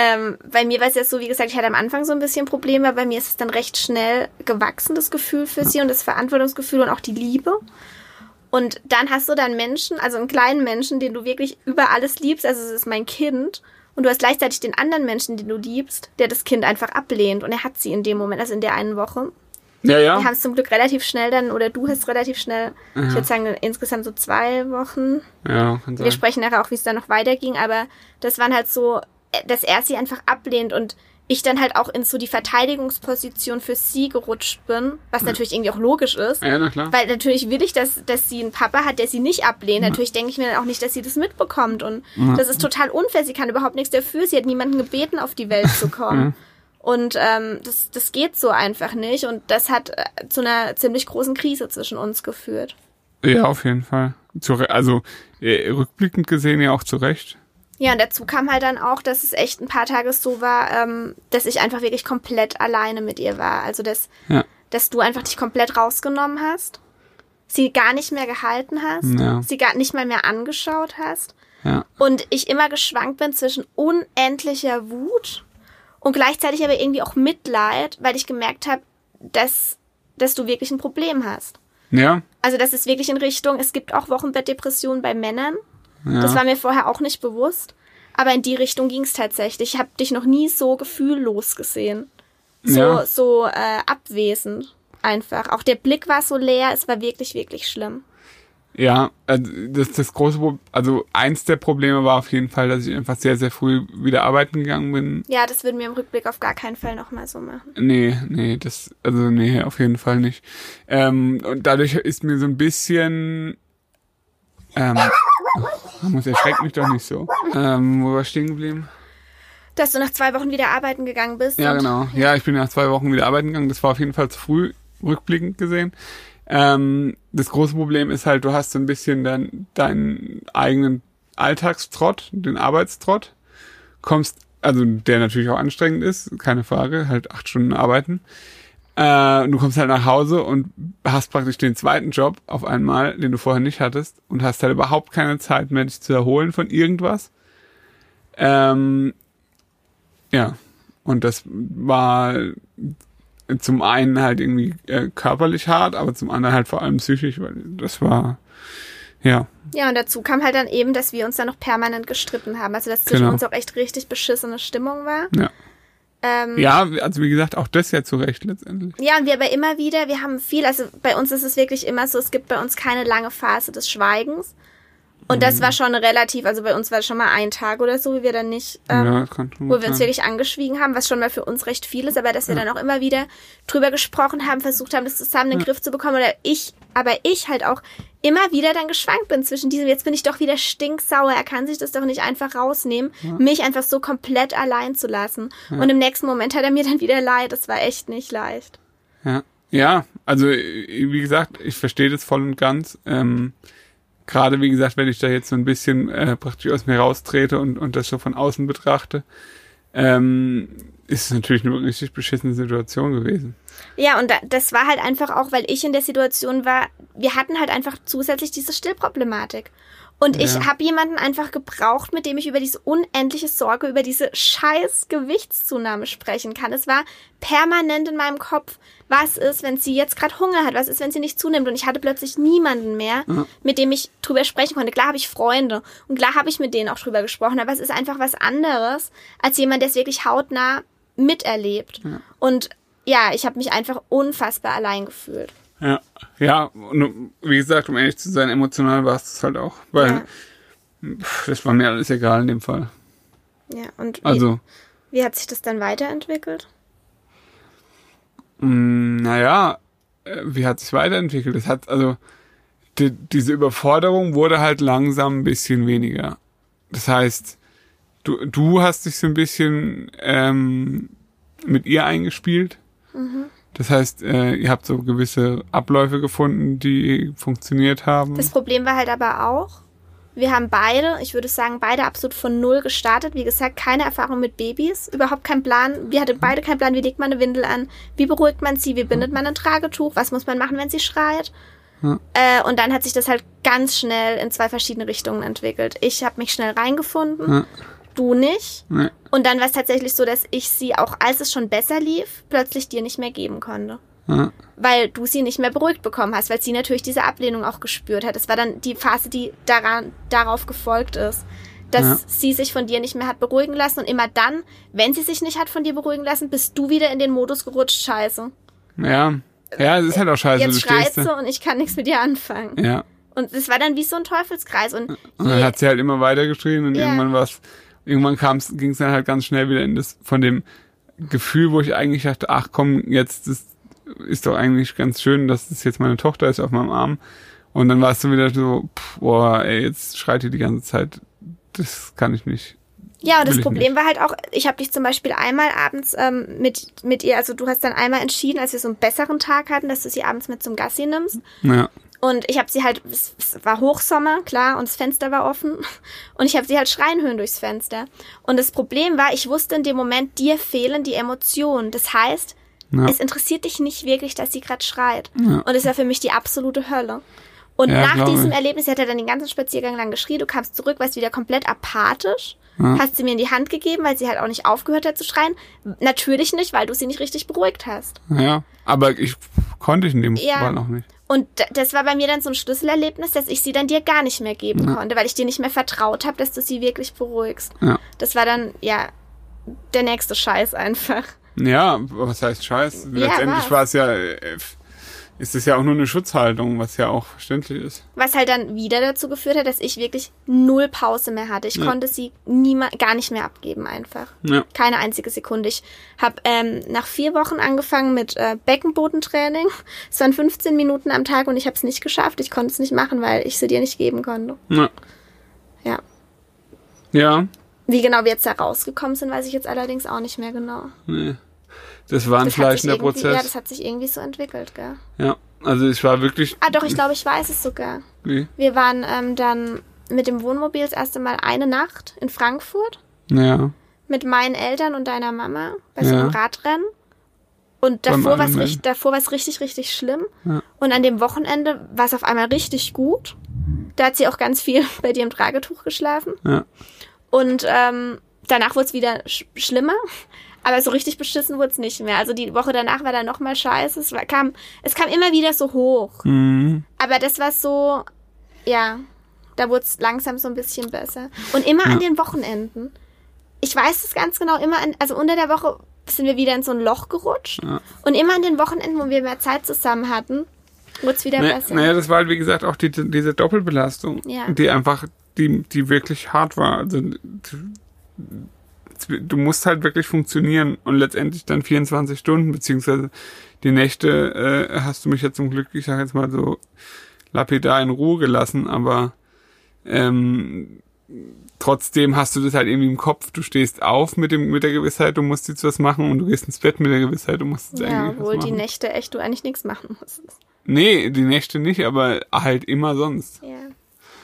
Bei mir war es ja so, wie gesagt, ich hatte am Anfang so ein bisschen Probleme, aber bei mir ist es dann recht schnell gewachsen, das Gefühl für sie und das Verantwortungsgefühl und auch die Liebe. Und dann hast du dann Menschen, also einen kleinen Menschen, den du wirklich über alles liebst, also es ist mein Kind, und du hast gleichzeitig den anderen Menschen, den du liebst, der das Kind einfach ablehnt und er hat sie in dem Moment, also in der einen Woche. Ja. Wir haben es zum Glück relativ schnell dann, oder du hast relativ schnell, ich würde sagen insgesamt so 2 Wochen. Ja, kann sein. Wir sprechen nachher auch, wie es dann noch weiterging, aber das waren halt so, dass er sie einfach ablehnt und ich dann halt auch in so die Verteidigungsposition für sie gerutscht bin, was natürlich irgendwie auch logisch ist. Ja, na klar. Weil natürlich will ich, dass sie einen Papa hat, der sie nicht ablehnt. Natürlich denke ich mir dann auch nicht, dass sie das mitbekommt und das ist total unfair. Sie kann überhaupt nichts dafür. Sie hat niemanden gebeten, auf die Welt zu kommen. Und das geht so einfach nicht und das hat zu einer ziemlich großen Krise zwischen uns geführt. Ja, auf jeden Fall. Also rückblickend gesehen ja auch zu Recht. Ja, und dazu kam halt dann auch, dass es echt ein paar Tage so war, dass ich einfach wirklich komplett alleine mit ihr war. Also, dass du einfach dich komplett rausgenommen hast, sie gar nicht mehr gehalten hast, sie gar nicht mal mehr angeschaut hast. Ja. Und ich immer geschwankt bin zwischen unendlicher Wut und gleichzeitig aber irgendwie auch Mitleid, weil ich gemerkt habe, dass du wirklich ein Problem hast. Ja. Also, das ist wirklich in Richtung, es gibt auch Wochenbettdepressionen bei Männern. Ja. Das war mir vorher auch nicht bewusst. Aber in die Richtung ging es tatsächlich. Ich habe dich noch nie so gefühllos gesehen. So abwesend einfach. Auch der Blick war so leer. Es war wirklich, wirklich schlimm. Ja, das große Problem, also eins der Probleme war auf jeden Fall, dass ich einfach sehr, sehr früh wieder arbeiten gegangen bin. Ja, das würden wir im Rückblick auf gar keinen Fall nochmal so machen. Nee, auf jeden Fall nicht. Und dadurch ist mir so ein bisschen erschreckt mich doch nicht so. Wo war ich stehen geblieben? Dass du nach 2 Wochen wieder arbeiten gegangen bist. Ja, genau. Ja, ich bin nach 2 Wochen wieder arbeiten gegangen. Das war auf jeden Fall zu früh, rückblickend gesehen. Das große Problem ist halt, du hast so ein bisschen deinen eigenen Alltagstrott, den Arbeitstrott. Also der natürlich auch anstrengend ist, keine Frage, halt 8 Stunden arbeiten. Du kommst halt nach Hause und hast praktisch den zweiten Job auf einmal, den du vorher nicht hattest und hast halt überhaupt keine Zeit mehr, dich zu erholen von irgendwas. Ja, und das war zum einen halt irgendwie körperlich hart, aber zum anderen halt vor allem psychisch, weil das war, ja. Ja, und dazu kam halt dann eben, dass wir uns dann noch permanent gestritten haben. Also, dass zwischen uns auch echt richtig beschissene Stimmung war. Ja. Ja, also wie gesagt, auch das ja zu Recht letztendlich. Ja, und wir aber immer wieder, wir haben viel, also bei uns ist es wirklich immer so, es gibt bei uns keine lange Phase des Schweigens. Und das war schon relativ, also bei uns war es schon mal 1 Tag oder so, wie wir dann nicht, wo wir uns wirklich angeschwiegen haben, was schon mal für uns recht viel ist, aber dass wir dann auch immer wieder drüber gesprochen haben, versucht haben, das zusammen in den Griff zu bekommen, oder ich halt auch immer wieder dann geschwankt bin zwischen diesem, jetzt bin ich doch wieder stinksauer, er kann sich das doch nicht einfach rausnehmen, mich einfach so komplett allein zu lassen. Und im nächsten Moment hat er mir dann wieder leid, das war echt nicht leicht. Ja, also wie gesagt, ich verstehe das voll und ganz. gerade wie gesagt, wenn ich da jetzt so ein bisschen praktisch aus mir raustrete und das so von außen betrachte, ist es natürlich eine richtig beschissene Situation gewesen. Ja, und das war halt einfach auch, weil ich in der Situation war, wir hatten halt einfach zusätzlich diese Stillproblematik. Und ich habe jemanden einfach gebraucht, mit dem ich über diese unendliche Sorge, über diese scheiß Gewichtszunahme sprechen kann. Es war permanent in meinem Kopf, was ist, wenn sie jetzt gerade Hunger hat, was ist, wenn sie nicht zunimmt. Und ich hatte plötzlich niemanden mehr, mit dem ich drüber sprechen konnte. Klar habe ich Freunde und klar habe ich mit denen auch drüber gesprochen, aber es ist einfach was anderes, als jemand, der es wirklich hautnah miterlebt. Ja. Und ja, ich habe mich einfach unfassbar allein gefühlt. Ja, und wie gesagt, um ehrlich zu sein, emotional war es halt auch, weil das war mir alles egal in dem Fall. Ja, und wie hat sich das dann weiterentwickelt? Naja, wie hat sich weiterentwickelt? Das hat, also, diese Überforderung wurde halt langsam ein bisschen weniger. Das heißt, du hast dich so ein bisschen mit ihr eingespielt. Mhm. Das heißt, ihr habt so gewisse Abläufe gefunden, die funktioniert haben. Das Problem war halt aber auch, wir haben beide, ich würde sagen, beide absolut von null gestartet. Wie gesagt, keine Erfahrung mit Babys, überhaupt kein Plan. Wir hatten beide keinen Plan, wie legt man eine Windel an, wie beruhigt man sie, wie bindet man ein Tragetuch, was muss man machen, wenn sie schreit. Ja. Und dann hat sich das halt ganz schnell in 2 verschiedene Richtungen entwickelt. Ich habe mich schnell reingefunden. Du nicht. Nee. Und dann war es tatsächlich so, dass ich sie, auch als es schon besser lief, plötzlich dir nicht mehr geben konnte. Weil du sie nicht mehr beruhigt bekommen hast, weil sie natürlich diese Ablehnung auch gespürt hat. Das war dann die Phase, die darauf gefolgt ist, dass sie sich von dir nicht mehr hat beruhigen lassen. Und immer dann, wenn sie sich nicht hat von dir beruhigen lassen, bist du wieder in den Modus gerutscht, scheiße. Ja, es ist halt auch scheiße. Jetzt schreit sie und ich kann nichts mit ihr anfangen. Ja. Und es war dann wie so ein Teufelskreis. Und dann hat sie halt immer weiter geschrien und irgendwann ging es dann halt ganz schnell wieder in das, von dem Gefühl, wo ich eigentlich dachte, ach komm, jetzt, das ist doch eigentlich ganz schön, dass das jetzt meine Tochter ist auf meinem Arm. Und dann war es dann wieder so, jetzt schreit die ganze Zeit. Das kann ich nicht. Ja, und das Problem war halt auch, ich habe dich zum Beispiel einmal abends mit ihr, also du hast dann einmal entschieden, als wir so einen besseren Tag hatten, dass du sie abends mit zum Gassi nimmst. Ja. Und ich habe sie halt, es war Hochsommer, klar, und das Fenster war offen. Und ich habe sie halt schreien hören durchs Fenster. Und das Problem war, ich wusste in dem Moment, dir fehlen die Emotionen. Das heißt, es interessiert dich nicht wirklich, dass sie gerade schreit. Ja. Und es war für mich die absolute Hölle. Und nach diesem Erlebnis, sie hat ja dann den ganzen Spaziergang lang geschrien, du kamst zurück, warst wieder komplett apathisch, hast sie mir in die Hand gegeben, weil sie halt auch nicht aufgehört hat zu schreien. Natürlich nicht, weil du sie nicht richtig beruhigt hast. Ja, aber ich konnte in dem Fall noch nicht. Und das war bei mir dann so ein Schlüsselerlebnis, dass ich sie dann dir gar nicht mehr geben konnte, weil ich dir nicht mehr vertraut habe, dass du sie wirklich beruhigst. Ja. Das war dann, der nächste Scheiß einfach. Ja, was heißt Scheiß? Letztendlich war es ist es ja auch nur eine Schutzhaltung, was ja auch verständlich ist. Was halt dann wieder dazu geführt hat, dass ich wirklich 0 Pause mehr hatte. Ich konnte sie gar nicht mehr abgeben einfach. Ja. Keine einzige Sekunde. Ich habe nach 4 Wochen angefangen mit Beckenbodentraining. Es waren 15 Minuten am Tag und ich habe es nicht geschafft. Ich konnte es nicht machen, weil ich sie dir nicht geben konnte. Ja. Ja. Wie genau wir jetzt da rausgekommen sind, weiß ich jetzt allerdings auch nicht mehr genau. Nee. Das war ein schleichender Prozess. Ja, das hat sich irgendwie so entwickelt, gell? Ja, also ich war wirklich... doch, ich glaube, ich weiß es sogar. Wie? Wir waren dann mit dem Wohnmobil das erste Mal eine Nacht in Frankfurt. Ja. Mit meinen Eltern und deiner Mama bei so einem Radrennen. Und davor war es richtig, richtig schlimm. Ja. Und an dem Wochenende war es auf einmal richtig gut. Da hat sie auch ganz viel bei dir im Tragetuch geschlafen. Ja. Und danach wurde es wieder schlimmer. Aber so richtig beschissen wurde es nicht mehr. Also die Woche danach war dann nochmal scheiße. Es kam immer wieder so hoch. Mhm. Aber das war so, da wurde es langsam so ein bisschen besser. Und immer an den Wochenenden. Ich weiß es ganz genau, also unter der Woche sind wir wieder in so ein Loch gerutscht. Ja. Und immer an den Wochenenden, wo wir mehr Zeit zusammen hatten, wurde es wieder besser. Naja, das war halt, wie gesagt, auch diese Doppelbelastung, die einfach, die wirklich hart war. Also du musst halt wirklich funktionieren und letztendlich dann 24 Stunden, beziehungsweise die Nächte hast du mich ja zum Glück, ich sag jetzt mal so, lapidar in Ruhe gelassen, aber trotzdem hast du das halt irgendwie im Kopf. Du stehst auf mit der Gewissheit, du musst jetzt was machen und du gehst ins Bett mit der Gewissheit, du musst jetzt eigentlich was machen. Ja, obwohl die Nächte echt du eigentlich nichts machen musstest. Nee, die Nächte nicht, aber halt immer sonst. Ja.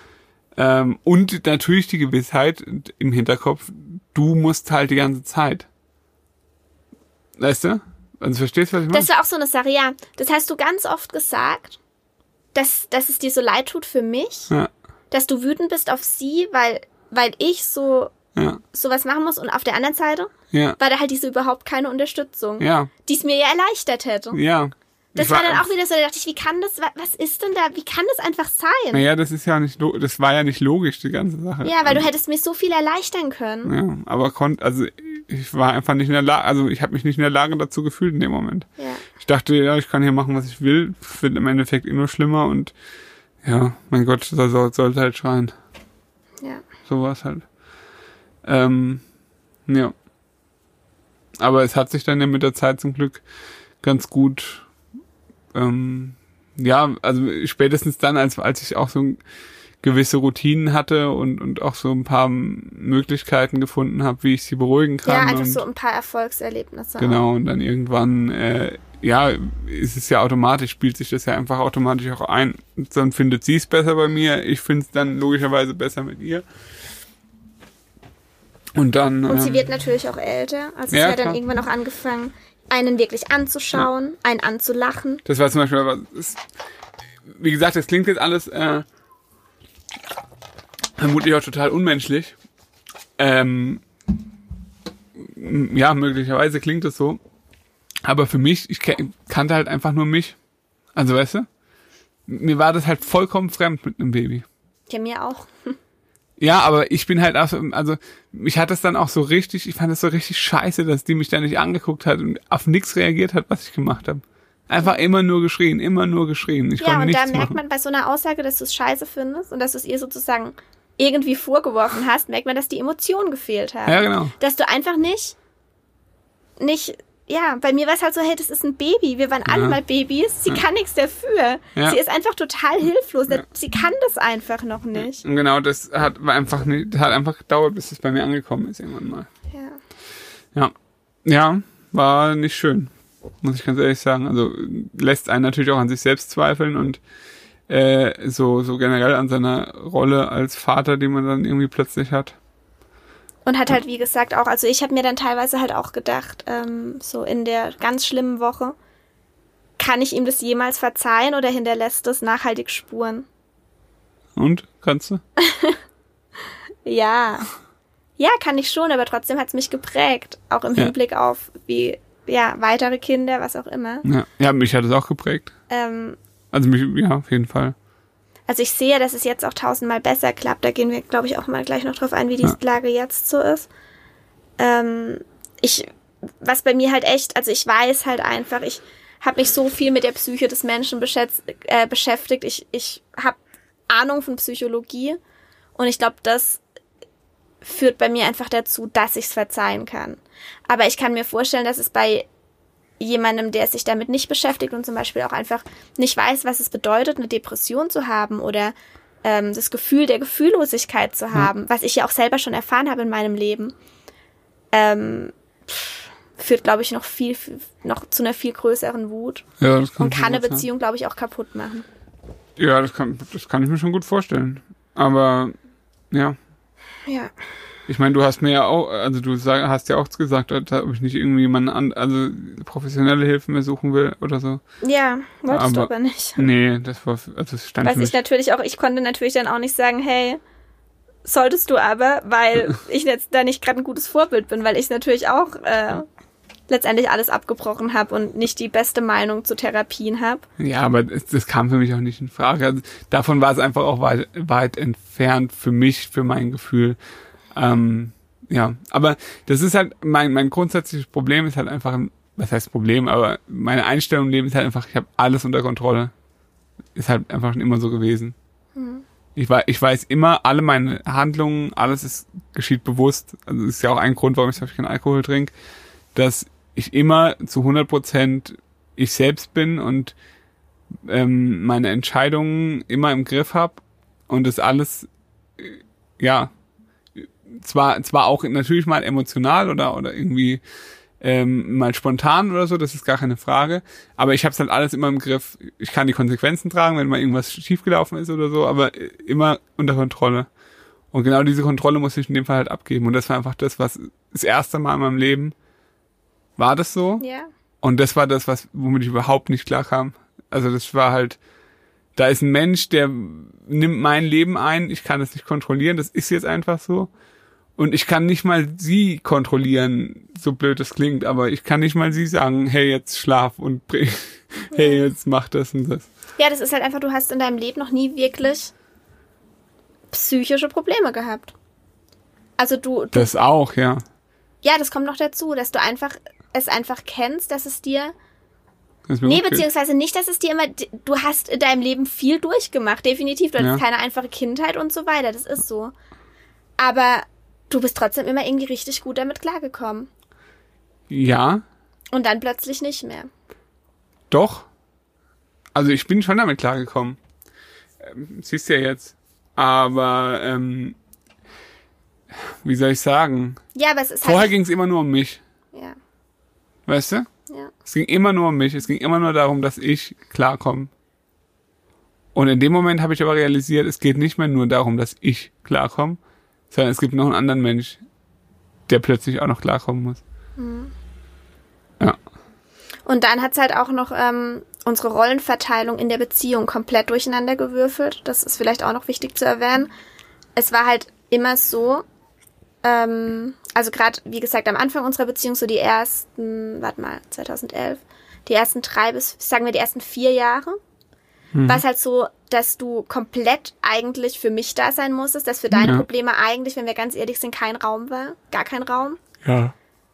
Und natürlich die Gewissheit im Hinterkopf, du musst halt die ganze Zeit. Weißt du? Also verstehst du, was ich meine? Das war auch so eine Sache, ja. Das hast du ganz oft gesagt, dass es dir so leid tut für mich, dass du wütend bist auf sie, weil ich sowas machen muss, und auf der anderen Seite war da halt diese überhaupt keine Unterstützung, die es mir ja erleichtert hätte. Ja. Das war dann auch wieder so, da dachte ich, wie kann das, was ist denn da, wie kann das einfach sein? Naja, das war ja nicht logisch, die ganze Sache. Ja, weil du hättest mir so viel erleichtern können. Ja, aber ich war einfach nicht in der Lage, also ich habe mich nicht in der Lage dazu gefühlt in dem Moment. Ja. Ich dachte, ja, ich kann hier machen, was ich will, wird im Endeffekt nur schlimmer und ja, mein Gott, sollte halt schreien. Ja. So war es halt. Ja. Aber es hat sich dann ja mit der Zeit zum Glück ganz gut also spätestens dann, als ich auch so gewisse Routinen hatte und auch so ein paar Möglichkeiten gefunden habe, wie ich sie beruhigen kann. Ja, einfach so ein paar Erfolgserlebnisse. Genau, und dann irgendwann, ist es ja automatisch, spielt sich das ja einfach automatisch auch ein. Und dann findet sie es besser bei mir, ich finde es dann logischerweise besser mit ihr. Und dann... Und sie wird natürlich auch älter, also sie hat dann irgendwann auch angefangen, einen wirklich anzuschauen, einen anzulachen. Das war zum Beispiel, wie gesagt, das klingt jetzt alles vermutlich auch total unmenschlich. Möglicherweise klingt es so. Aber für mich, ich kannte halt einfach nur mich. Also weißt du, mir war das halt vollkommen fremd mit einem Baby. Ja, mir auch. Ja, aber ich bin halt auch so, also mich hat das dann auch so richtig, ich fand das so richtig scheiße, dass die mich da nicht angeguckt hat und auf nichts reagiert hat, was ich gemacht habe. Einfach immer nur geschrien. Ich konnte nichts machen. Und da merkt man bei so einer Aussage, dass du es scheiße findest und dass du es ihr sozusagen irgendwie vorgeworfen hast, merkt man, dass die Emotionen gefehlt haben. Ja, genau. Dass du einfach nicht, bei mir war es halt so, hey, das ist ein Baby, wir waren alle mal Babys, sie kann nichts dafür. Ja. Sie ist einfach total hilflos, sie kann das einfach noch nicht. Und genau, das hat einfach gedauert, bis es bei mir angekommen ist irgendwann mal. Ja, war nicht schön, muss ich ganz ehrlich sagen. Also lässt einen natürlich auch an sich selbst zweifeln und so generell an seiner Rolle als Vater, die man dann irgendwie plötzlich hat. Und hat halt, wie gesagt, auch, also ich habe mir dann teilweise halt auch gedacht, so in der ganz schlimmen Woche, kann ich ihm das jemals verzeihen oder hinterlässt das nachhaltig Spuren? Und? Kannst du? Ja, kann ich schon, aber trotzdem hat es mich geprägt. Auch im Hinblick auf weitere Kinder, was auch immer. Ja, mich hat es auch geprägt. Also mich, auf jeden Fall. Also ich sehe, dass es jetzt auch 1000-mal besser klappt. Da gehen wir, glaube ich, auch mal gleich noch drauf ein, wie die Lage jetzt so ist. Was bei mir halt echt, also ich weiß halt einfach, ich habe mich so viel mit der Psyche des Menschen beschäftigt. Ich habe Ahnung von Psychologie und ich glaube, das führt bei mir einfach dazu, dass ich es verzeihen kann. Aber ich kann mir vorstellen, dass es bei jemandem, der sich damit nicht beschäftigt und zum Beispiel auch einfach nicht weiß, was es bedeutet, eine Depression zu haben oder das Gefühl der Gefühllosigkeit zu haben, was ich ja auch selber schon erfahren habe in meinem Leben, führt, glaube ich, noch zu einer viel größeren Wut und kann eine Beziehung, glaube ich, auch kaputt machen. Ja, das kann ich mir schon gut vorstellen. Aber, ja. Ja. Ich meine, du hast mir ja auch, also hast ja auch gesagt, ob ich nicht irgendwie also professionelle Hilfe mehr suchen will oder so. Ja, wolltest du aber nicht. Nee, das war, also es stand für mich. Ich konnte natürlich dann auch nicht sagen, hey, solltest du aber, weil ich jetzt da nicht gerade ein gutes Vorbild bin, weil ich natürlich auch letztendlich alles abgebrochen habe und nicht die beste Meinung zu Therapien habe. Ja, aber das kam für mich auch nicht in Frage. Also davon war es einfach auch weit entfernt für mich, für mein Gefühl. Aber das ist halt, mein grundsätzliches Problem ist halt einfach, was heißt Problem, aber meine Einstellung im Leben ist halt einfach, ich habe alles unter Kontrolle. Ist halt einfach schon immer so gewesen. Mhm. Ich weiß immer, alle meine Handlungen, alles geschieht bewusst. Also das ist ja auch ein Grund, warum ich keinen Alkohol trinke, dass ich immer zu 100% ich selbst bin und meine Entscheidungen immer im Griff habe und das alles, zwar auch natürlich mal emotional oder irgendwie mal spontan oder so, das ist gar keine Frage. Aber ich habe es halt alles immer im Griff. Ich kann die Konsequenzen tragen, wenn mal irgendwas schiefgelaufen ist oder so, aber immer unter Kontrolle. Und genau diese Kontrolle muss ich in dem Fall halt abgeben. Und das war einfach das erste Mal in meinem Leben war das so. Ja. Und das war das, womit ich überhaupt nicht klarkam. Also das war halt, da ist ein Mensch, der nimmt mein Leben ein, ich kann es nicht kontrollieren, das ist jetzt einfach so. Und ich kann nicht mal sie kontrollieren, so blöd das klingt, aber ich kann nicht mal sie sagen, hey, jetzt schlaf und hey, jetzt mach das und das. Ja, das ist halt einfach, du hast in deinem Leben noch nie wirklich psychische Probleme gehabt. Also du das auch, ja. Ja, das kommt noch dazu, dass du es einfach kennst, dass es dir beziehungsweise nicht, dass es dir immer, du hast in deinem Leben viel durchgemacht, definitiv, du hattest keine einfache Kindheit und so weiter, das ist so. Aber du bist trotzdem immer irgendwie richtig gut damit klargekommen. Ja. Und dann plötzlich nicht mehr. Doch. Also ich bin schon damit klargekommen. Siehst du ja jetzt. Aber, wie soll ich sagen? Ja, aber es ist Vorher ging es immer nur um mich. Ja. Weißt du? Ja. Es ging immer nur um mich. Es ging immer nur darum, dass ich klarkomme. Und in dem Moment habe ich aber realisiert, es geht nicht mehr nur darum, dass ich klarkomme, sondern es gibt noch einen anderen Mensch, der plötzlich auch noch klarkommen muss. Mhm. Ja. Und dann hat's halt auch noch unsere Rollenverteilung in der Beziehung komplett durcheinander gewürfelt. Das ist vielleicht auch noch wichtig zu erwähnen. Es war halt immer so, also gerade, wie gesagt, am Anfang unserer Beziehung, so die ersten, 2011, die ersten 4 Jahre, war es halt so, dass du komplett eigentlich für mich da sein musstest, dass für deine Probleme eigentlich, wenn wir ganz ehrlich sind, kein Raum war. Gar kein Raum. Ja.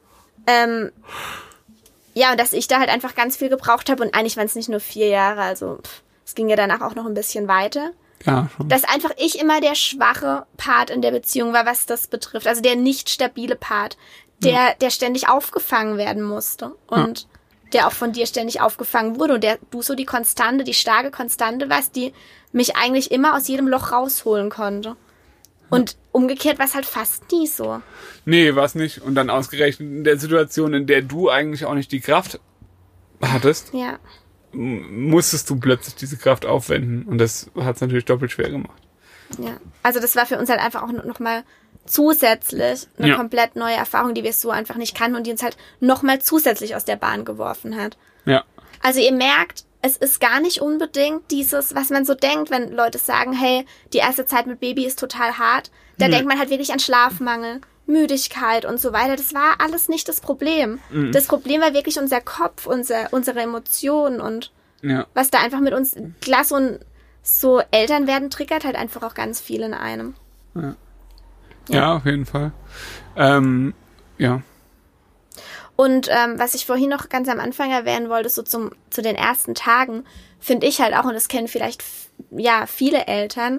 Ja, und dass ich da halt einfach ganz viel gebraucht habe und eigentlich waren es nicht nur 4 Jahre, also es ging ja danach auch noch ein bisschen weiter. Ja, schon. Dass einfach ich immer der schwache Part in der Beziehung war, was das betrifft. Also der nicht stabile Part, der ständig aufgefangen werden musste und der auch von dir ständig aufgefangen wurde und der du so die Konstante, die starke Konstante warst, die mich eigentlich immer aus jedem Loch rausholen konnte. Und umgekehrt war es halt fast nie so. Nee, war es nicht. Und dann ausgerechnet in der Situation, in der du eigentlich auch nicht die Kraft hattest, Ja. musstest du plötzlich diese Kraft aufwenden. Und das hat es natürlich doppelt schwer gemacht. Ja. Also das war für uns halt einfach auch nochmal zusätzlich eine komplett neue Erfahrung, die wir so einfach nicht kannten und die uns halt nochmal zusätzlich aus der Bahn geworfen hat. Ja. Also ihr merkt, es ist gar nicht unbedingt dieses, was man so denkt, wenn Leute sagen, hey, die erste Zeit mit Baby ist total hart. Da denkt man halt wirklich an Schlafmangel, Müdigkeit und so weiter. Das war alles nicht das Problem. Das Problem war wirklich unser Kopf, unsere Emotionen und was da einfach mit uns, klar, so Eltern werden triggert halt einfach auch ganz viel in einem. Ja, auf jeden Fall. Ja. Und was ich vorhin noch ganz am Anfang erwähnen wollte, so zu den ersten Tagen, finde ich halt auch, und das kennen vielleicht viele Eltern,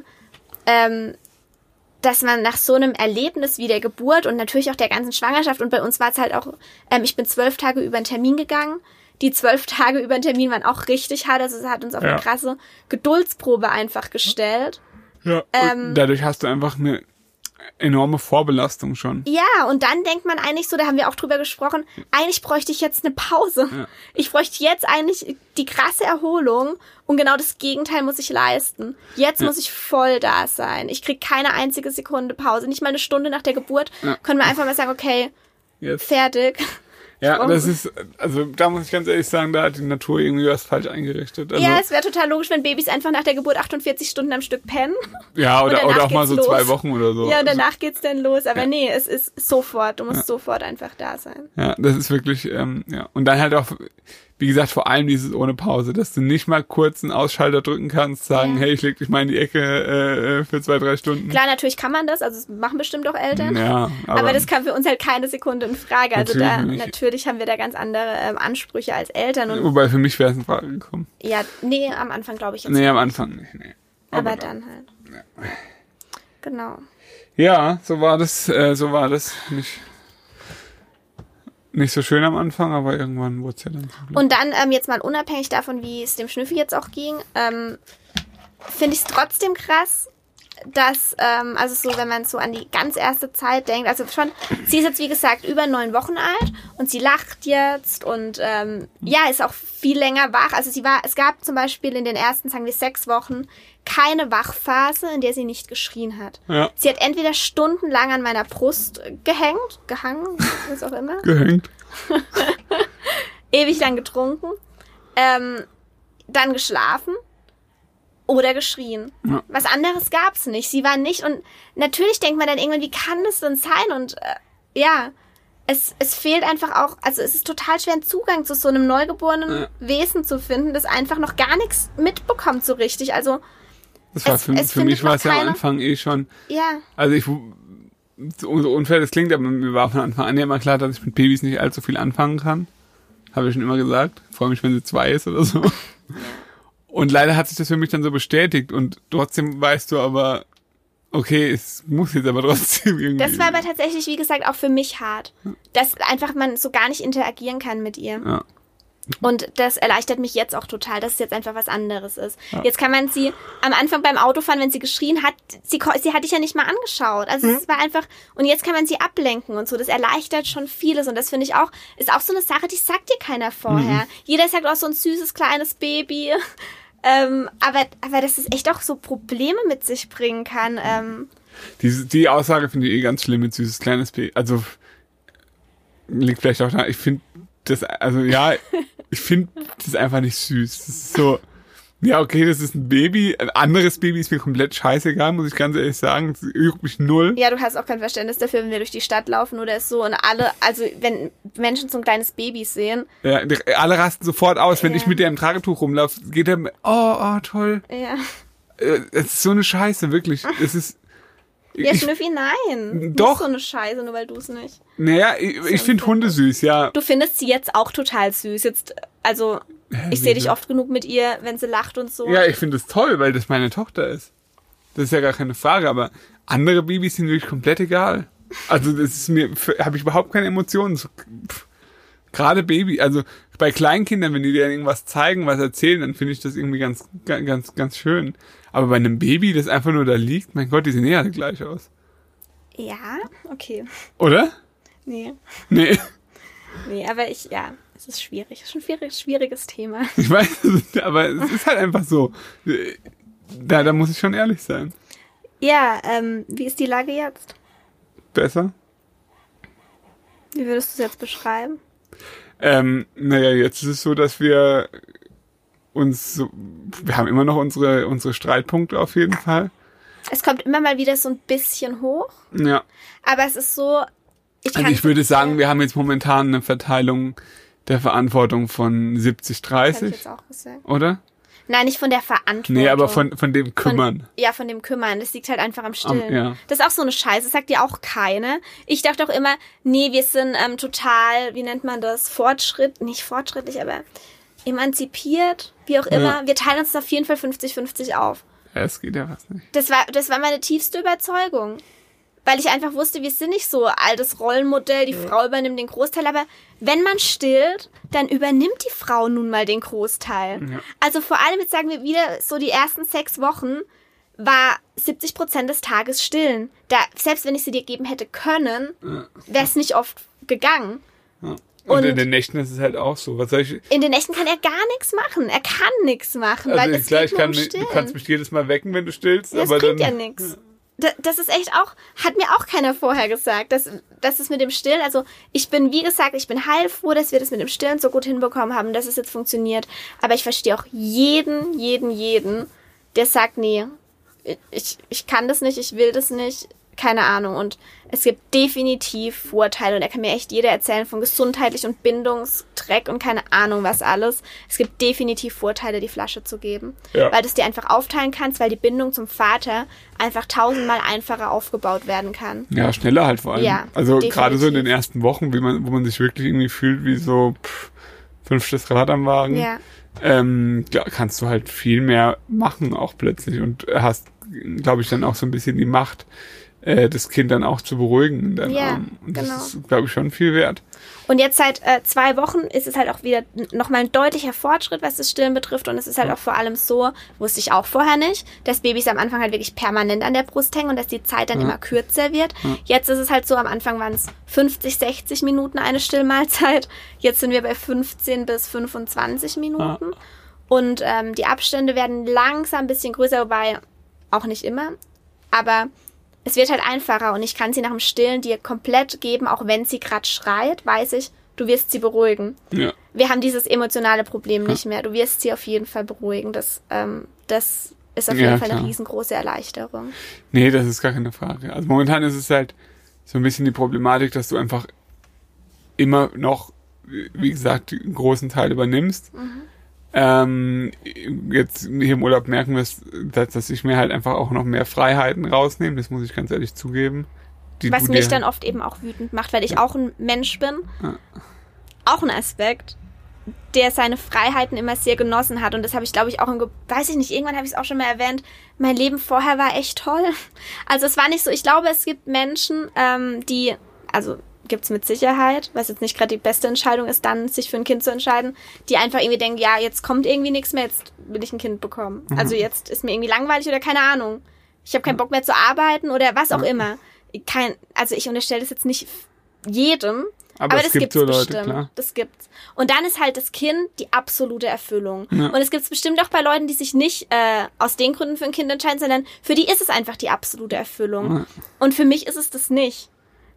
dass man nach so einem Erlebnis wie der Geburt und natürlich auch der ganzen Schwangerschaft, und bei uns war es halt auch, ich bin 12 Tage über den Termin gegangen, die 12 Tage über den Termin waren auch richtig hart, also es hat uns auf eine krasse Geduldsprobe einfach gestellt. Ja, und dadurch hast du einfach eine enorme Vorbelastung schon. Ja, und dann denkt man eigentlich so, da haben wir auch drüber gesprochen, eigentlich bräuchte ich jetzt eine Pause. Ja. Ich bräuchte jetzt eigentlich die krasse Erholung und genau das Gegenteil muss ich leisten. Jetzt muss ich voll da sein. Ich kriege keine einzige Sekunde Pause. Nicht mal eine Stunde nach der Geburt können wir einfach mal sagen, okay, fertig. Ja, das ist, also da muss ich ganz ehrlich sagen, da hat die Natur irgendwie was falsch eingerichtet. Also, ja, es wäre total logisch, wenn Babys einfach nach der Geburt 48 Stunden am Stück pennen. Ja, oder auch mal so los. 2 Wochen oder so. Ja, und danach geht's dann los. Aber nee, es ist sofort, du musst sofort einfach da sein. Ja, das ist wirklich, Und dann halt auch, wie gesagt, vor allem dieses ohne Pause, dass du nicht mal kurz einen Ausschalter drücken kannst, sagen, hey, ich leg dich mal in die Ecke für 2-3 Stunden. Klar, natürlich kann man das, also das machen bestimmt auch Eltern. Ja, aber das kam für uns halt keine Sekunde in Frage. Also natürlich haben wir da ganz andere Ansprüche als Eltern. Und wobei für mich wäre es in Frage gekommen. Ja, nee, am Anfang glaube ich jetzt nicht. Am Anfang nicht, nee. Aber dann halt. Ja. Genau. Ja, so war das nicht so schön am Anfang, aber irgendwann wurde es ja dann so. Und dann, jetzt mal unabhängig davon, wie es dem Schnüffi jetzt auch ging, finde ich es trotzdem krass, dass, also so, wenn man so an die ganz erste Zeit denkt, also schon, sie ist jetzt, wie gesagt, über 9 Wochen alt und sie lacht jetzt und ist auch viel länger wach. Also es gab zum Beispiel in den ersten, sagen wir, 6 Wochen keine Wachphase, in der sie nicht geschrien hat. Ja. Sie hat entweder stundenlang an meiner Brust gehangen, was auch immer. Gehängt. Ewig lang getrunken, dann geschlafen oder geschrien. Ja. Was anderes gab's nicht. Sie war nicht, und natürlich denkt man dann irgendwann, wie kann das denn sein? Und es fehlt einfach auch, also es ist total schwer, einen Zugang zu so einem neugeborenen Wesen zu finden, das einfach noch gar nichts mitbekommt so richtig. Also das war für mich war es ja am Anfang schon. Ja. Also so unfair das klingt, aber mir war von Anfang an ja immer klar, dass ich mit Babys nicht allzu viel anfangen kann. Habe ich schon immer gesagt. Freue mich, wenn sie 2 ist oder so. Und leider hat sich das für mich dann so bestätigt und trotzdem weißt du aber, okay, es muss jetzt aber trotzdem irgendwie. Das war aber tatsächlich, wie gesagt, auch für mich hart. Dass einfach man so gar nicht interagieren kann mit ihr. Ja. Und das erleichtert mich jetzt auch total, dass es jetzt einfach was anderes ist. Ja. Jetzt kann man sie am Anfang beim Autofahren, wenn sie geschrien hat, sie hat dich ja nicht mal angeschaut. Also es war einfach, und jetzt kann man sie ablenken und so. Das erleichtert schon vieles und das finde ich auch, ist auch so eine Sache, die sagt dir keiner vorher. Jeder sagt auch so ein süßes kleines Baby. Aber dass es echt auch so Probleme mit sich bringen kann. Die Aussage finde ich eh ganz schlimm mit süßes kleines Baby. Also liegt vielleicht auch da, ich finde das, also ja, ich finde das einfach nicht süß. Das ist so, ja okay, das ist ein Baby. Ein anderes Baby ist mir komplett scheißegal, muss ich ganz ehrlich sagen. Das juckt mich null. Ja, du hast auch kein Verständnis dafür, wenn wir durch die Stadt laufen oder so und also wenn Menschen so ein kleines Baby sehen. Ja, alle rasten sofort aus, wenn ich mit der im Tragetuch rumlaufe, geht der, oh, toll. Ja. Es ist so eine Scheiße, wirklich. Es ist, ja, Schnüffi, nein. Doch. Nicht so eine Scheiße, nur weil du es nicht. Naja, ich finde Hunde süß, ja. Du findest sie jetzt auch total süß. Jetzt, also, ich sehe dich oft genug mit ihr, wenn sie lacht und so. Ja, ich finde es toll, weil das meine Tochter ist. Das ist ja gar keine Frage, aber andere Babys sind wirklich komplett egal. Also, das ist mir, habe ich überhaupt keine Emotionen. So, gerade Baby, also bei Kleinkindern, wenn die dir irgendwas zeigen, was erzählen, dann finde ich das irgendwie ganz schön. Aber bei einem Baby, das einfach nur da liegt, mein Gott, die sehen alle gleich aus. Ja, okay. Oder? Nee. Nee, aber es ist schwierig. Es ist ein schwieriges Thema. ich weiß, aber es ist halt einfach so. Da muss ich schon ehrlich sein. Ja, wie ist die Lage jetzt? Besser? Wie würdest du es jetzt beschreiben? Naja, jetzt ist es so, dass wir haben immer noch unsere Streitpunkte auf jeden Fall. Es kommt immer mal wieder so ein bisschen hoch. Ja. Aber es ist so, ich würde sagen, wir haben jetzt momentan eine Verteilung der Verantwortung von 70-30. Hätte ich jetzt auch gesagt. Oder? Nein, nicht von der Verantwortung. Nee, aber von dem Kümmern. Von dem Kümmern. Das liegt halt einfach am Stillen. Ja. Das ist auch so eine Scheiße. Das sagt ja auch keine. Ich dachte auch immer, nee, wir sind total, wie nennt man das? Nicht fortschrittlich, aber emanzipiert, wie auch immer. Wir teilen uns da auf jeden Fall 50-50 auf. Ja, das geht ja fast nicht. Das war meine tiefste Überzeugung. Weil ich einfach wusste, wir sind nicht so altes Rollenmodell, die Frau übernimmt den Großteil, aber wenn man stillt, dann übernimmt die Frau nun mal den Großteil. Ja. Also vor allem, jetzt sagen wir wieder, so die ersten 6 Wochen war 70% des Tages stillen. Selbst wenn ich sie dir geben hätte können, wäre es nicht oft gegangen. Ja. Und in den Nächten ist es halt auch so. Was soll ich? In den Nächten kann er gar nichts machen. Er kann nichts machen, also weil es geht nur um Stillen. Du kannst mich jedes Mal wecken, wenn du stillst. Ja, aber das bringt dann, ja nichts. Das ist echt auch, hat mir auch keiner vorher gesagt, dass es mit dem Stillen, also ich bin heilfroh, dass wir das mit dem Stillen so gut hinbekommen haben, dass es jetzt funktioniert. Aber ich verstehe auch jeden, der sagt, nee, ich kann das nicht, ich will das nicht, keine Ahnung. Und es gibt definitiv Vorteile und da kann mir echt jeder erzählen von gesundheitlich und Bindungsdreck und keine Ahnung was alles. Es gibt definitiv Vorteile, die Flasche zu geben, weil du es dir einfach aufteilen kannst, weil die Bindung zum Vater einfach 1000-mal einfacher aufgebaut werden kann. Ja, schneller halt vor allem. Ja, also gerade so in den ersten Wochen, wo man sich wirklich irgendwie fühlt wie so 5. Rad am Wagen, kannst du halt viel mehr machen auch plötzlich und hast, glaube ich, dann auch so ein bisschen die Macht, das Kind dann auch zu beruhigen in deinen Armen. Und genau. das ist, glaube ich, schon viel wert. Und jetzt seit 2 Wochen ist es halt auch wieder nochmal ein deutlicher Fortschritt, was das Stillen betrifft. Und es ist halt auch vor allem so, wusste ich auch vorher nicht, dass Babys am Anfang halt wirklich permanent an der Brust hängen und dass die Zeit dann immer kürzer wird. Jetzt ist es halt so, am Anfang waren es 50, 60 Minuten eine Stillmahlzeit. Jetzt sind wir bei 15 bis 25 Minuten. Und die Abstände werden langsam ein bisschen größer, wobei auch nicht immer. Aber es wird halt einfacher und ich kann sie nach dem Stillen dir komplett geben, auch wenn sie gerade schreit, weiß ich, du wirst sie beruhigen. Ja. Wir haben dieses emotionale Problem nicht mehr. Du wirst sie auf jeden Fall beruhigen. Das ist auf jeden Fall eine riesengroße Erleichterung. Nee, das ist gar keine Frage. Also momentan ist es halt so ein bisschen die Problematik, dass du einfach immer noch, wie gesagt, einen großen Teil übernimmst. Jetzt hier im Urlaub merken wir es, dass ich mir halt einfach auch noch mehr Freiheiten rausnehme, das muss ich ganz ehrlich zugeben. Was mich dann oft eben auch wütend macht, weil ich auch ein Mensch bin, auch ein Aspekt, der seine Freiheiten immer sehr genossen hat und das habe ich, glaube ich, auch weiß ich nicht, irgendwann habe ich es auch schon mal erwähnt, mein Leben vorher war echt toll. Also es war nicht so, ich glaube, es gibt Menschen, gibt's mit Sicherheit, was jetzt nicht gerade die beste Entscheidung ist, dann sich für ein Kind zu entscheiden, die einfach irgendwie denken, ja, jetzt kommt irgendwie nichts mehr, jetzt will ich ein Kind bekommen. Also jetzt ist mir irgendwie langweilig oder keine Ahnung. Ich habe keinen Bock mehr zu arbeiten oder was auch immer. Ich unterstelle das jetzt nicht jedem, aber das gibt's so Leute, bestimmt. Klar. Das gibt's. Und dann ist halt das Kind die absolute Erfüllung. Ja. Und es gibt's bestimmt auch bei Leuten, die sich nicht aus den Gründen für ein Kind entscheiden, sondern für die ist es einfach die absolute Erfüllung. Ja. Und für mich ist es das nicht.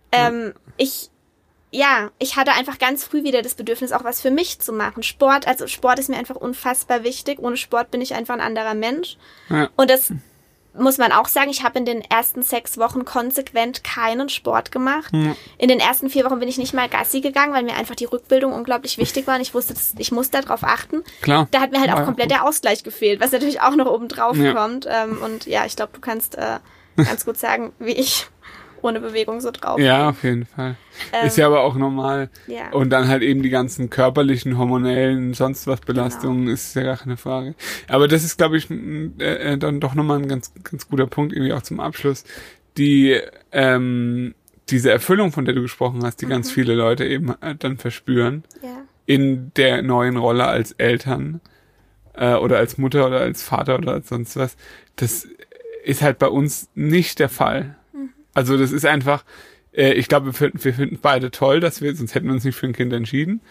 Ich hatte einfach ganz früh wieder das Bedürfnis, auch was für mich zu machen. Sport ist mir einfach unfassbar wichtig. Ohne Sport bin ich einfach ein anderer Mensch. Ja. Und das muss man auch sagen, ich habe in den ersten 6 Wochen konsequent keinen Sport gemacht. Ja. In den ersten 4 Wochen bin ich nicht mal Gassi gegangen, weil mir einfach die Rückbildung unglaublich wichtig war und ich wusste, ich muss da drauf achten. Klar. Da hat mir halt auch komplett der Ausgleich gefehlt, was natürlich auch noch oben drauf kommt. Und ich glaube, du kannst ganz gut sagen, wie ich ohne Bewegung so drauf. Ja, auf jeden Fall. Ist ja aber auch normal. Ja. Und dann halt eben die ganzen körperlichen, hormonellen, sonst was Belastungen, ist ja gar keine Frage. Aber das ist, glaube ich, dann doch nochmal ein ganz, ganz guter Punkt, irgendwie auch zum Abschluss. Diese Erfüllung, von der du gesprochen hast, die ganz viele Leute eben dann verspüren, in der neuen Rolle als Eltern, oder als Mutter oder als Vater oder als sonst was, das ist halt bei uns nicht der Fall. Also das ist einfach, ich glaube, wir finden beide toll, sonst hätten wir uns nicht für ein Kind entschieden.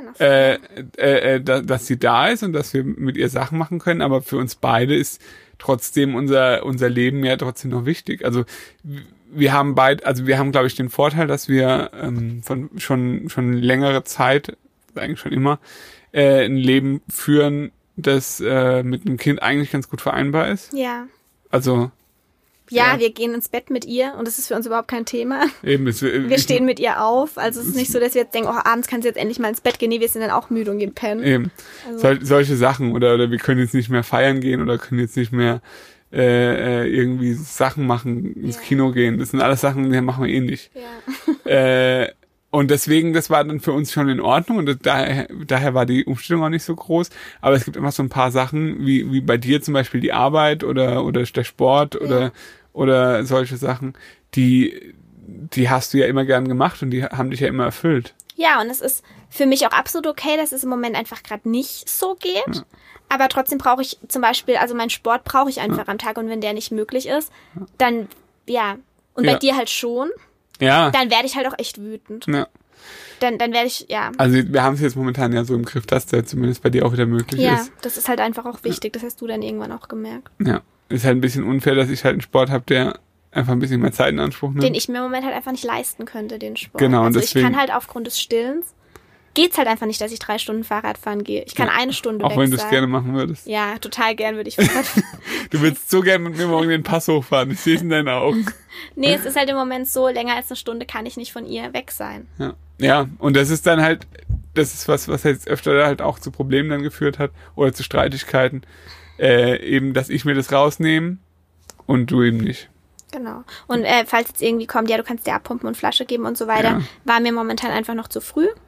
Nein. Dass sie da ist und dass wir mit ihr Sachen machen können, aber für uns beide ist trotzdem unser Leben ja trotzdem noch wichtig. Also wir haben glaube ich den Vorteil, dass wir schon längere Zeit, eigentlich schon immer, ein Leben führen, das mit einem Kind eigentlich ganz gut vereinbar ist. Ja. Also ja, wir gehen ins Bett mit ihr und das ist für uns überhaupt kein Thema. Eben, wir stehen mit ihr auf. Also es ist nicht so, dass wir jetzt denken, abends kann sie jetzt endlich mal ins Bett gehen. Nee, wir sind dann auch müde und gehen pennen. Eben. Also. Solche Sachen oder wir können jetzt nicht mehr feiern gehen oder können jetzt nicht mehr irgendwie Sachen machen, ins Kino gehen. Das sind alles Sachen, die machen wir eh nicht. Ja. Und deswegen, das war dann für uns schon in Ordnung und daher war die Umstellung auch nicht so groß. Aber es gibt immer so ein paar Sachen, wie bei dir zum Beispiel die Arbeit oder der Sport oder solche Sachen, die hast du ja immer gern gemacht und die haben dich ja immer erfüllt. Ja, und es ist für mich auch absolut okay, dass es im Moment einfach gerade nicht so geht. Ja. Aber trotzdem brauche ich zum Beispiel, also meinen Sport brauche ich einfach am Tag und wenn der nicht möglich ist, dann, und bei dir halt schon, dann werde ich halt auch echt wütend. Ja. Dann werde ich, Also wir haben es jetzt momentan ja so im Griff, dass der zumindest bei dir auch wieder möglich ist. Ja, das ist halt einfach auch wichtig, das hast du dann irgendwann auch gemerkt. Ja, ist halt ein bisschen unfair, dass ich halt einen Sport habe, der einfach ein bisschen mehr Zeit in Anspruch nimmt. Den ich mir im Moment halt einfach nicht leisten könnte, den Sport. Genau, also deswegen, ich kann halt aufgrund des Stillens, geht's halt einfach nicht, dass ich 3 Stunden Fahrrad fahren gehe. Ich kann 1 Stunde auch weg wenn du es gerne machen würdest. Ja, total gern würde ich Fahrrad fahren. Du würdest so gerne mit mir morgen den Pass hochfahren. Ich sehe es in deinen Augen. Nee, es ist halt im Moment so, länger als 1 Stunde kann ich nicht von ihr weg sein. Ja, und das ist dann halt, das ist was jetzt öfter halt auch zu Problemen dann geführt hat oder zu Streitigkeiten. Eben, dass ich mir das rausnehme und du eben nicht. Genau. Und falls jetzt irgendwie kommt, du kannst dir abpumpen und Flasche geben und so weiter, war mir momentan einfach noch zu früh.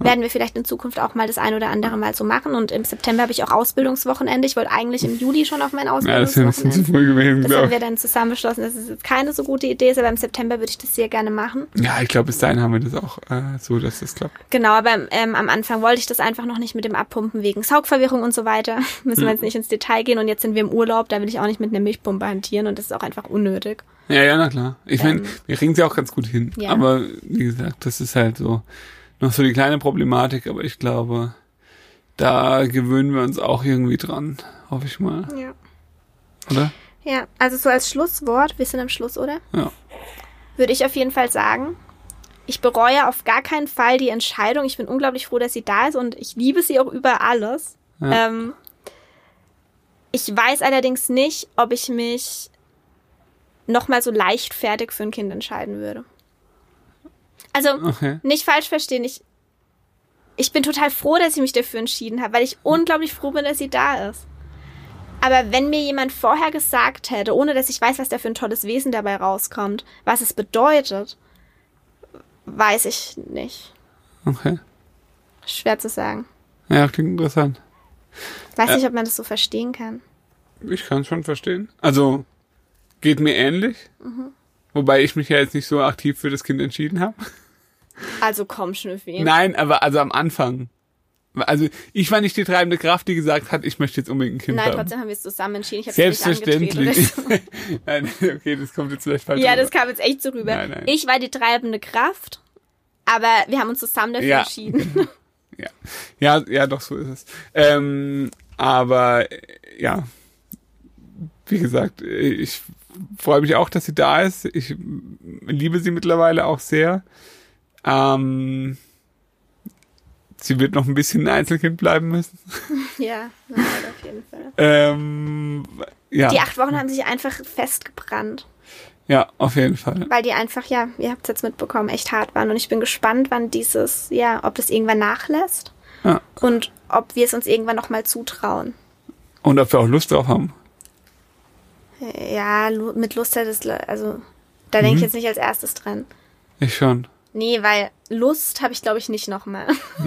werden wir vielleicht in Zukunft auch mal das ein oder andere Mal so machen. Und im September habe ich auch Ausbildungswochenende. Ich wollte eigentlich im Juli schon auf mein Ausbildungswochenende. Ja, das ist ja ein bisschen zu früh gewesen, das haben wir dann zusammen beschlossen, dass es jetzt keine so gute Idee ist, aber im September würde ich das sehr gerne machen. Ja, ich glaube, bis dahin haben wir das auch so, dass das klappt. Genau, aber am Anfang wollte ich das einfach noch nicht mit dem Abpumpen wegen Saugverwirrung und so weiter. Müssen wir jetzt nicht ins Detail gehen. Und jetzt sind wir im Urlaub, da will ich auch nicht mit einer Milchpumpe hantieren und das ist auch einfach unnötig. Ja, na klar. Ich meine, wir kriegen sie auch ganz gut hin. Ja. Aber wie gesagt, das ist halt so noch so die kleine Problematik, aber ich glaube, da gewöhnen wir uns auch irgendwie dran, hoffe ich mal. Ja. Oder? Ja, also so als Schlusswort, wir sind am Schluss, oder? Ja. Würde ich auf jeden Fall sagen, ich bereue auf gar keinen Fall die Entscheidung. Ich bin unglaublich froh, dass sie da ist und ich liebe sie auch über alles. Ja. Ich weiß allerdings nicht, ob ich mich nochmal so leichtfertig für ein Kind entscheiden würde. Also, nicht falsch verstehen, ich bin total froh, dass ich mich dafür entschieden habe, weil ich unglaublich froh bin, dass sie da ist. Aber wenn mir jemand vorher gesagt hätte, ohne dass ich weiß, was da für ein tolles Wesen dabei rauskommt, was es bedeutet, weiß ich nicht. Okay. Schwer zu sagen. Ja, klingt interessant. Weiß nicht, ob man das so verstehen kann. Ich kann es schon verstehen. Also, geht mir ähnlich. Wobei ich mich ja jetzt nicht so aktiv für das Kind entschieden habe. Also komm, Schnüffi. Nein, aber also am Anfang. Also ich war nicht die treibende Kraft, die gesagt hat, ich möchte jetzt unbedingt ein Kind haben. Nein, trotzdem haben wir es zusammen entschieden. Ich habe Selbstverständlich. Nein, okay, das kommt jetzt vielleicht falsch Ja, rüber. das kam jetzt echt so rüber. Nein. Ich war die treibende Kraft, aber wir haben uns zusammen dafür entschieden. Ja, doch, so ist es. Aber ja, wie gesagt, ich freue mich auch, dass sie da ist. Ich liebe sie mittlerweile auch sehr. Sie wird noch ein bisschen ein Einzelkind bleiben müssen. Ja, auf jeden Fall. Ja. Die 8 Wochen haben sich einfach festgebrannt. Ja, auf jeden Fall. Weil die einfach, ja, ihr habt es jetzt mitbekommen, echt hart waren. Und ich bin gespannt, wann ob das irgendwann nachlässt. Ja. Und ob wir es uns irgendwann nochmal zutrauen. Und ob wir auch Lust drauf haben. Ja, mit Lust hat es, also, da denke ich jetzt nicht als erstes dran. Ich schon. Nee, weil Lust habe ich, glaube ich, nicht nochmal.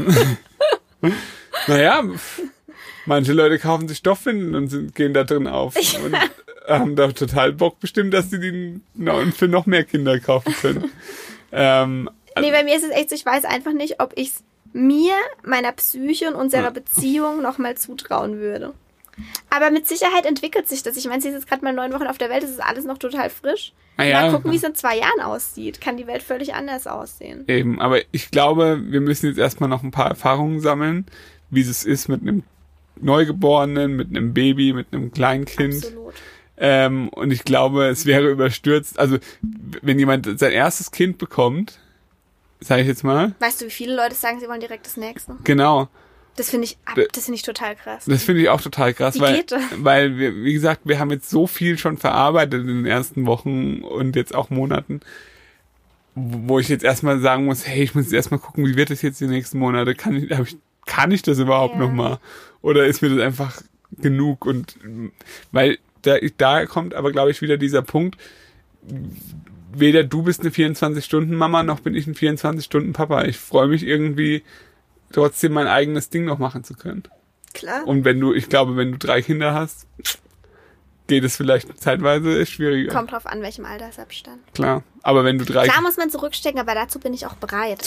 Naja, manche Leute kaufen sich Stoffwindeln und gehen da drin auf. Und haben da total Bock bestimmt, dass sie die für noch mehr Kinder kaufen können. Nee, bei mir ist es echt so, ich weiß einfach nicht, ob ich es mir, meiner Psyche und unserer Beziehung nochmal zutrauen würde. Aber mit Sicherheit entwickelt sich das. Ich meine, sie ist jetzt gerade mal 9 Wochen auf der Welt, das ist alles noch total frisch. Mal gucken, wie es in 2 Jahren aussieht. Kann die Welt völlig anders aussehen. Eben, aber ich glaube, wir müssen jetzt erstmal noch ein paar Erfahrungen sammeln, wie es ist mit einem Neugeborenen, mit einem Baby, mit einem Kleinkind. Absolut. Und ich glaube, es wäre überstürzt. Also, wenn jemand sein erstes Kind bekommt, sage ich jetzt mal. Weißt du, wie viele Leute sagen, sie wollen direkt das nächste? Genau. Das finde ich total krass. Das finde ich auch total krass, weil wir, wie gesagt, wir haben jetzt so viel schon verarbeitet in den ersten Wochen und jetzt auch Monaten, wo ich jetzt erstmal sagen muss, hey, ich muss jetzt erstmal gucken, wie wird das jetzt die nächsten Monate? Kann ich das überhaupt noch mal? Oder ist mir das einfach genug? Und weil da kommt aber, glaube ich, wieder dieser Punkt, weder du bist eine 24-Stunden-Mama, noch bin ich ein 24-Stunden-Papa. Ich freue mich irgendwie, trotzdem mein eigenes Ding noch machen zu können. Klar. Und ich glaube, wenn du 3 Kinder hast, geht es vielleicht zeitweise schwieriger. Kommt drauf an, welchem Altersabstand. Klar, aber wenn du 3... Klar muss man zurückstecken, aber dazu bin ich auch bereit.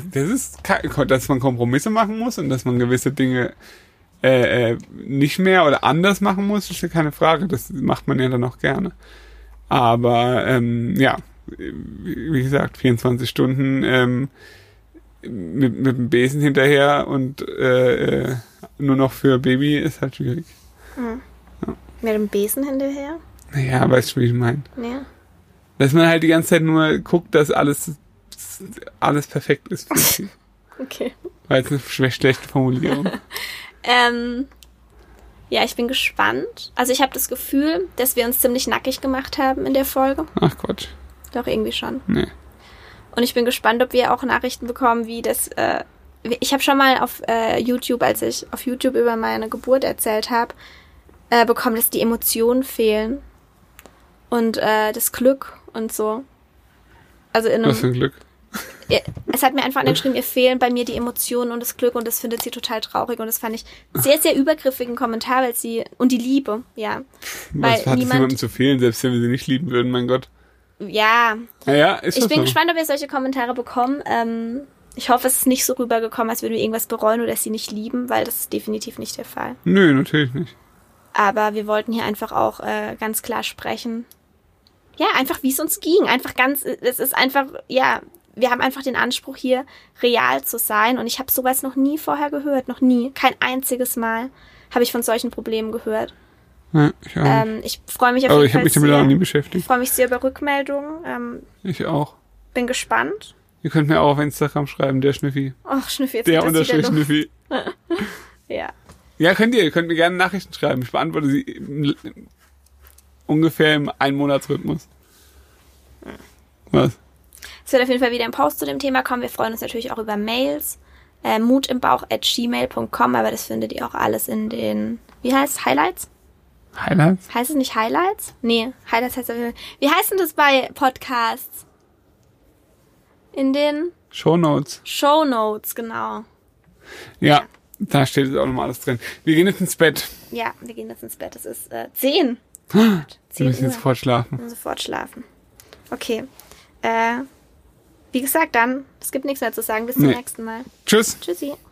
Dass man Kompromisse machen muss und dass man gewisse Dinge nicht mehr oder anders machen muss, ist ja keine Frage. Das macht man ja dann auch gerne. Aber wie gesagt, 24 Stunden mit dem Besen hinterher und nur noch für Baby ist halt schwierig. Mhm. Ja. Mit dem Besen hinterher? Naja, weißt du, wie ich meine? Ja. Dass man halt die ganze Zeit nur guckt, dass alles perfekt ist für sie. Okay. War jetzt eine schlechte Formulierung. Ja, ich bin gespannt. Also ich habe das Gefühl, dass wir uns ziemlich nackig gemacht haben in der Folge. Ach Quatsch. Doch, irgendwie schon. Nee. Und ich bin gespannt, ob wir auch Nachrichten bekommen, wie das... ich habe schon mal auf YouTube, als ich auf YouTube über meine Geburt erzählt habe, bekommen, dass die Emotionen fehlen. Und das Glück und so. Also Was für ein Glück. es hat mir einfach einer geschrieben, ihr fehlen bei mir die Emotionen und das Glück und das findet sie total traurig und das fand ich sehr, sehr übergriffigen Kommentar, und die Liebe, ja. Was hat es jemandem zu fehlen, selbst wenn wir sie nicht lieben würden, mein Gott. Ja. Naja, ist ich bin so. gespannt, ob wir solche Kommentare bekommen. Ich hoffe, es ist nicht so rübergekommen, als würden wir irgendwas bereuen oder sie nicht lieben, weil das ist definitiv nicht der Fall. Nö, natürlich nicht. Aber wir wollten hier einfach auch ganz klar sprechen. Ja, einfach wie es uns ging. Es ist einfach, ja, wir haben einfach den Anspruch hier, real zu sein. Und ich habe sowas noch nie vorher gehört. Noch nie. Kein einziges Mal habe ich von solchen Problemen gehört. Ja, ich auch nicht. Ich freue mich auf jeden Aber Fall ich habe mich damit auch nie beschäftigt. Ich freue mich sehr über Rückmeldungen. Ich auch. Bin gespannt. Ihr könnt mir auch auf Instagram schreiben, der Schnüffi. Ach, Schnüffi, jetzt der Unterstrich Schnüffi. Ja. Ja, könnt ihr mir gerne Nachrichten schreiben. Ich beantworte sie ungefähr im Einmonatsrhythmus. Was? Es wird auf jeden Fall wieder ein Post zu dem Thema kommen. Wir freuen uns natürlich auch über Mails. mutimbauch@gmail.com, aber das findet ihr auch alles in den, wie heißt Highlights? Highlights? Heißt es nicht Highlights? Nee, Highlights heißt wie heißt denn das bei Podcasts? In den Shownotes. Shownotes, genau. Ja, da steht jetzt auch nochmal alles drin. Wir gehen jetzt ins Bett. Ja, wir gehen jetzt ins Bett. Es ist 10. Wir müssen jetzt sofort schlafen. Wir müssen sofort schlafen. Okay. Wie gesagt, dann, es gibt nichts mehr zu sagen. Bis zum nächsten Mal. Tschüss. Tschüssi.